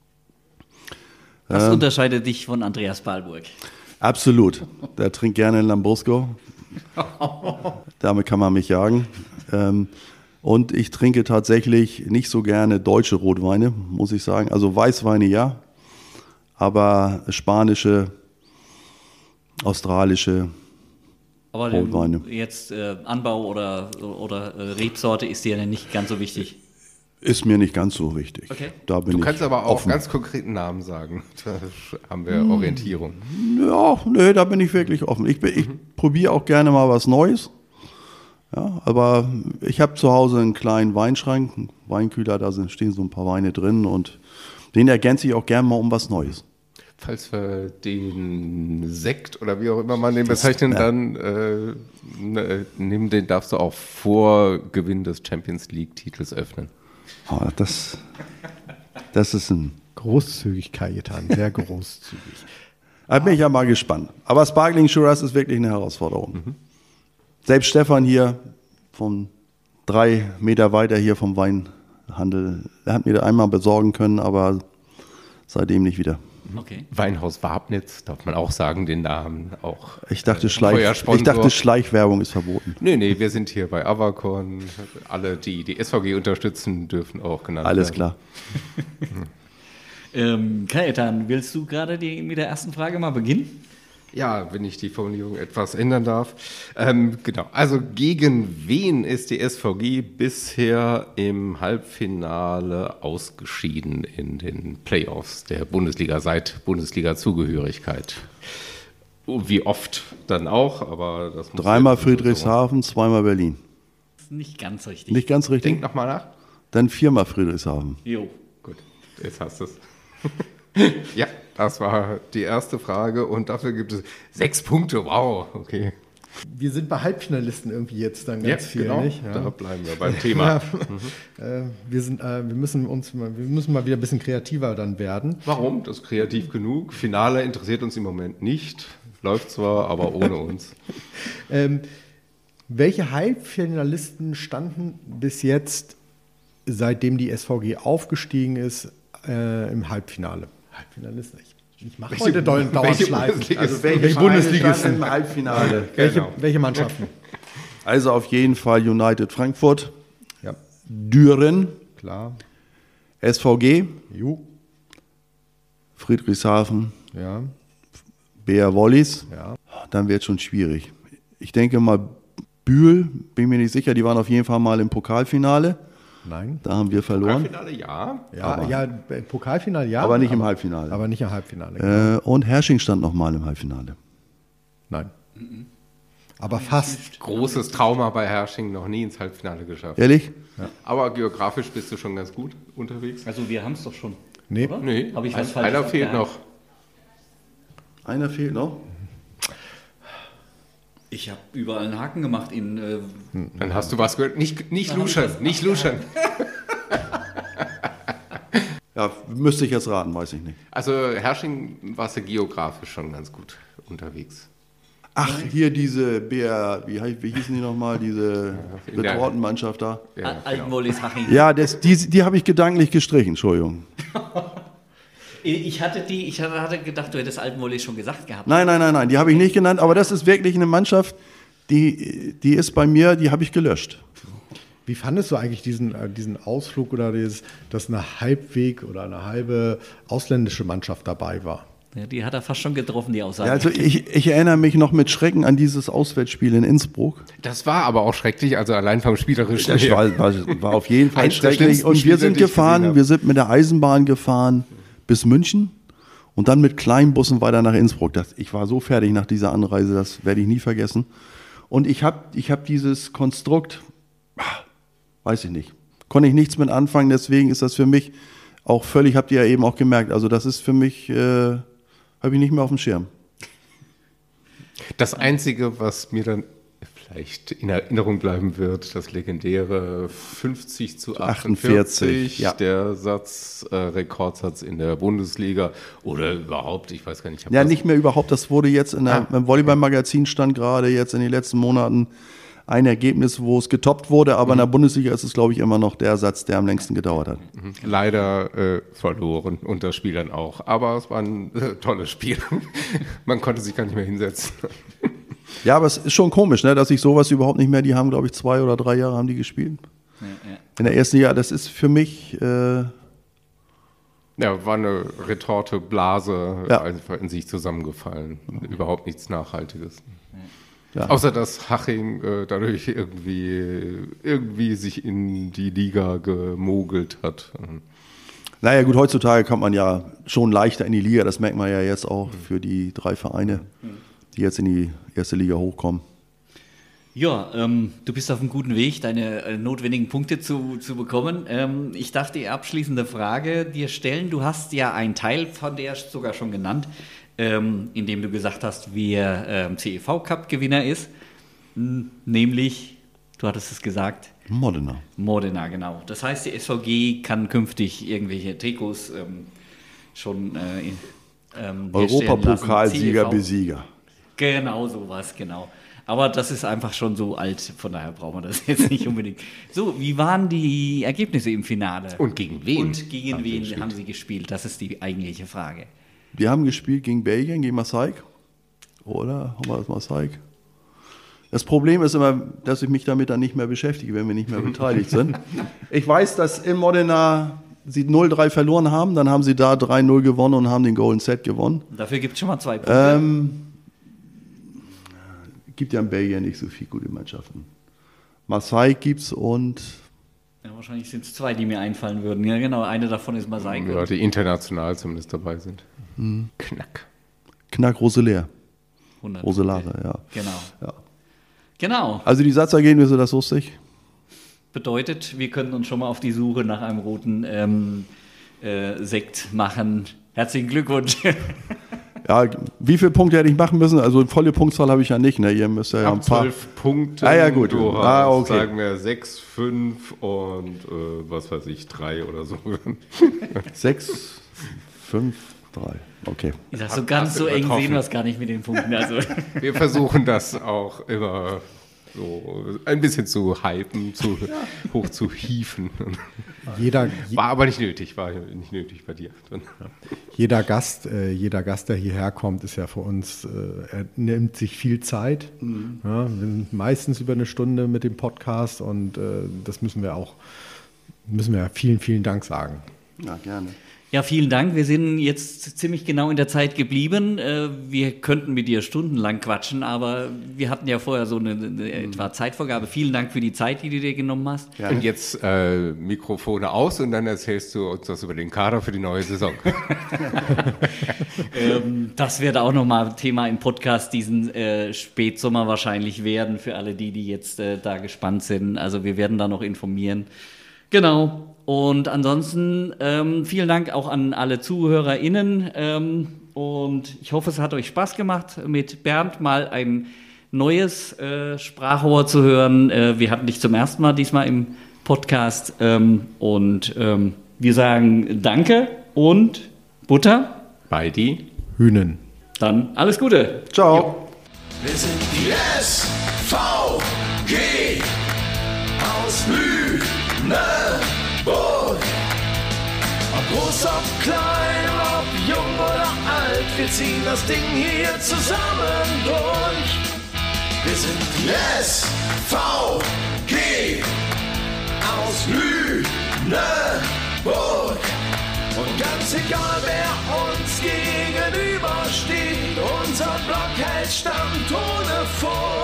Was unterscheidet dich von Andreas Balburg? Absolut. Der trinkt gerne einen Lambrusco. Damit kann man mich jagen. Und ich trinke tatsächlich nicht so gerne deutsche Rotweine, muss ich sagen. Also Weißweine ja, aber spanische, australische Aber Rotweine. jetzt Anbau oder Rebsorte ist dir ja nicht ganz so wichtig. Ist mir nicht ganz so wichtig. Okay. Da bin Du ich kannst aber auch offen. ganz konkreten Namen sagen. Da haben wir Orientierung. Ja, nee, da bin ich wirklich offen. Ich probiere auch gerne mal was Neues. Ja, aber ich habe zu Hause einen kleinen Weinschrank, einen Weinkühler, da stehen so ein paar Weine drin und den ergänze ich auch gerne mal um was Neues. Falls wir den Sekt oder wie auch immer man den bezeichnen, dann nehmen den darfst du auch vor Gewinn des Champions League-Titels öffnen. Oh, das ist ein... Großzügig, Kajetan, sehr großzügig. Da bin ich ja mal gespannt. Aber Sparkling Shiraz ist wirklich eine Herausforderung. Selbst Stefan hier von 3 Meter weiter hier vom Weinhandel, der hat mir da einmal besorgen können, aber seitdem nicht wieder. Okay. Weinhaus Wabnitz, darf man auch sagen, den Namen auch. Ich dachte, Feuersponsor. Schleichwerbung ist verboten. Nee, wir sind hier bei Avacon. Alle, die die SVG unterstützen, dürfen auch genannt werden. Alles klar. Kajetan, willst du gerade mit der ersten Frage mal beginnen? Ja, wenn ich die Formulierung etwas ändern darf. Genau, also gegen wen ist die SVG bisher im Halbfinale ausgeschieden in den Playoffs der Bundesliga seit Bundesliga-Zugehörigkeit? Wie oft dann auch, aber das muss 3-mal Friedrichshafen, 2-mal Berlin. Das ist nicht ganz richtig. Nicht ganz richtig? Denk nochmal nach. Dann 4-mal Friedrichshafen. Jo. Gut, jetzt hast du es. Ja, das war die erste Frage und dafür gibt es 6 Punkte. Wow, okay. Wir sind bei Halbfinalisten irgendwie jetzt dann Ja, ganz viel, genau. nicht? Ja. Da bleiben wir beim Thema. Wir müssen mal wieder ein bisschen kreativer dann werden. Warum? Das ist kreativ genug. Finale interessiert uns im Moment nicht. Läuft zwar, aber ohne uns. Welche Halbfinalisten standen bis jetzt, seitdem die SVG aufgestiegen ist, im Halbfinale? Halbfinalisten? Ich mache heute Dauerschleifen. Also welche Bundesligisten im Halbfinale? Welche Mannschaften? Also auf jeden Fall United Frankfurt, Ja, Düren, klar. SVG, Jo. Friedrichshafen, Ja. BR Wollis. Ja. Dann wird es schon schwierig. Ich denke mal Bühl, bin mir nicht sicher, die waren auf jeden Fall mal im Pokalfinale. Nein. Da haben wir verloren. Finale, ja. Pokalfinale ja. Aber nicht im Halbfinale. Aber nicht im Halbfinale. Und Hersching stand nochmal im Halbfinale. Nein. Aber fast. Großes Trauma bei Hersching, noch nie ins Halbfinale geschafft. Ehrlich? Aber geografisch bist du schon ganz gut unterwegs. Also wir haben es doch schon. Nee. Oder? Nee, Habe ich was Falsches einer fehlt abgehakt? noch. Einer fehlt noch. Ich habe überall einen Haken gemacht in. Dann hast du was gehört. Nicht luschern, nicht luschern. Ja, müsste ich jetzt raten, weiß ich nicht. Also Hersching warst du geografisch schon ganz gut unterwegs. Ach, hier diese BR, wie hießen die nochmal, diese in der- Retortenmannschaft da? Ja, genau. Altenwollis Haching. Ja, die habe ich gedanklich gestrichen, Entschuldigung. Ich hatte gedacht, du hättest Altenwollis schon gesagt gehabt. Nein, die habe ich nicht genannt, aber das ist wirklich eine Mannschaft, die ist bei mir, die habe ich gelöscht. Wie fandest du eigentlich diesen Ausflug oder dass eine Halbweg oder eine halbe ausländische Mannschaft dabei war? Ja, die hat er fast schon getroffen, die Aussage. Ja, also ich erinnere mich noch mit Schrecken an dieses Auswärtsspiel in Innsbruck. Das war aber auch schrecklich, also allein vom Spielerischen Das her. war auf jeden Fall Eins der schrecklich. schlimmsten Und wir Spiele, sind die ich gesehen gefahren, habe. wir sind mit der Eisenbahn gefahren bis München und dann mit kleinen Bussen weiter nach Innsbruck. Ich war so fertig nach dieser Anreise, das werde ich nie vergessen. Und ich hab dieses Konstrukt, weiß ich nicht, konnte ich nichts mit anfangen, deswegen ist das für mich auch völlig, habt ihr ja eben auch gemerkt, also das ist für mich, habe ich nicht mehr auf dem Schirm. Das Einzige, was mir dann vielleicht in Erinnerung bleiben wird, das legendäre 50:48, ja. der Rekordsatz in der Bundesliga oder überhaupt, ich weiß gar nicht. Ich hab Ja, das- nicht mehr überhaupt, das wurde jetzt im Volleyball-Magazin stand gerade jetzt in den letzten Monaten ein Ergebnis, wo es getoppt wurde, aber in der Bundesliga ist es, glaube ich, immer noch der Satz, der am längsten gedauert hat. Leider verloren und das Spiel dann auch. Aber es war ein tolles Spiel. Man konnte sich gar nicht mehr hinsetzen. Ja, aber es ist schon komisch, ne, dass ich sowas überhaupt nicht mehr, die haben, glaube ich, 2 oder 3 Jahre haben die gespielt. Ja. In der ersten Liga, das ist für mich... Ja, war eine Retorte, Blase, einfach in sich zusammengefallen. Überhaupt nichts Nachhaltiges. Ja. Außer, dass Haching dadurch irgendwie sich in die Liga gemogelt hat. Naja gut, heutzutage kommt man ja schon leichter in die Liga. Das merkt man ja jetzt auch für die 3 Vereine, die jetzt in die erste Liga hochkommen. Ja, du bist auf einem guten Weg, deine notwendigen Punkte zu bekommen. Ich darf die abschließende Frage dir stellen. Du hast ja einen Teil von der sogar schon genannt, indem du gesagt hast, wer CEV-Cup-Gewinner ist. Nämlich, du hattest es gesagt. Modena, genau. Das heißt, die SVG kann künftig irgendwelche Trikots schon Europapokalsieger, Besieger. Genau, sowas, genau. Aber das ist einfach schon so alt, von daher brauchen wir das jetzt nicht unbedingt. So, wie waren die Ergebnisse im Finale? Und gegen wen? Haben sie gespielt? Das ist die eigentliche Frage. Wir haben gespielt gegen Belgien, gegen Marseille. Oder? Haben wir das Marseille? Das Problem ist immer, dass ich mich damit dann nicht mehr beschäftige, wenn wir nicht mehr beteiligt sind. Ich weiß, dass in Modena sie 0-3 verloren haben, dann haben sie da 3-0 gewonnen und haben den Golden Set gewonnen. Dafür gibt es schon mal 2 Punkte. Gibt ja in Belgien nicht so viele gute Mannschaften. Marseille gibt's und... Ja, wahrscheinlich sind es 2, die mir einfallen würden. Ja, genau, eine davon ist Marseille. Ja, die international zumindest dabei sind. Knack Roeselare. Roeselare, ja. Genau. Also die Satzergebnisse, das wusste ich. Bedeutet, wir können uns schon mal auf die Suche nach einem roten Sekt machen. Herzlichen Glückwunsch. Ja, wie viele Punkte hätte ich machen müssen? Also volle Punktzahl habe ich ja nicht. Ne? Ihr müsst ja ein paar 12 Punkte. Ja, gut. Du hast, okay. Sagen wir 6, 5 und was weiß ich, 3 oder so. 6, 5, 3. Okay. Ich sag, so ganz so eng sehen wir es gar nicht mit den Punkten. Also. Wir versuchen das auch immer so ein bisschen zu hypen, hoch zu hieven. War aber nicht nötig, bei dir. Jeder Gast, der hierher kommt, ist ja für uns, er nimmt sich viel Zeit. Ja, wir sind meistens über eine Stunde mit dem Podcast und das müssen wir vielen, vielen Dank sagen. Ja, gerne. Ja, vielen Dank. Wir sind jetzt ziemlich genau in der Zeit geblieben. Wir könnten mit dir stundenlang quatschen, aber wir hatten ja vorher so eine etwa Zeitvorgabe. Vielen Dank für die Zeit, die du dir genommen hast. Ja. Und jetzt Mikrofone aus und dann erzählst du uns was über den Kader für die neue Saison. Das wird auch nochmal Thema im Podcast diesen Spätsommer wahrscheinlich werden, für alle die jetzt da gespannt sind. Also wir werden da noch informieren. Genau. Und ansonsten vielen Dank auch an alle ZuhörerInnen und ich hoffe, es hat euch Spaß gemacht, mit Bernd mal ein neues Sprachrohr zu hören. Wir hatten dich zum ersten Mal diesmal im Podcast und wir sagen Danke und Butter bei die Hühnen. Dann alles Gute. Ciao. Jo. Wir sind die SVG aus Lüneburg. Ob groß, ob klein, ob jung oder alt, wir ziehen das Ding hier zusammen durch. Wir sind die SVG aus Lüneburg. Und ganz egal, wer uns gegenübersteht, unser Block hält stand ohne Furcht.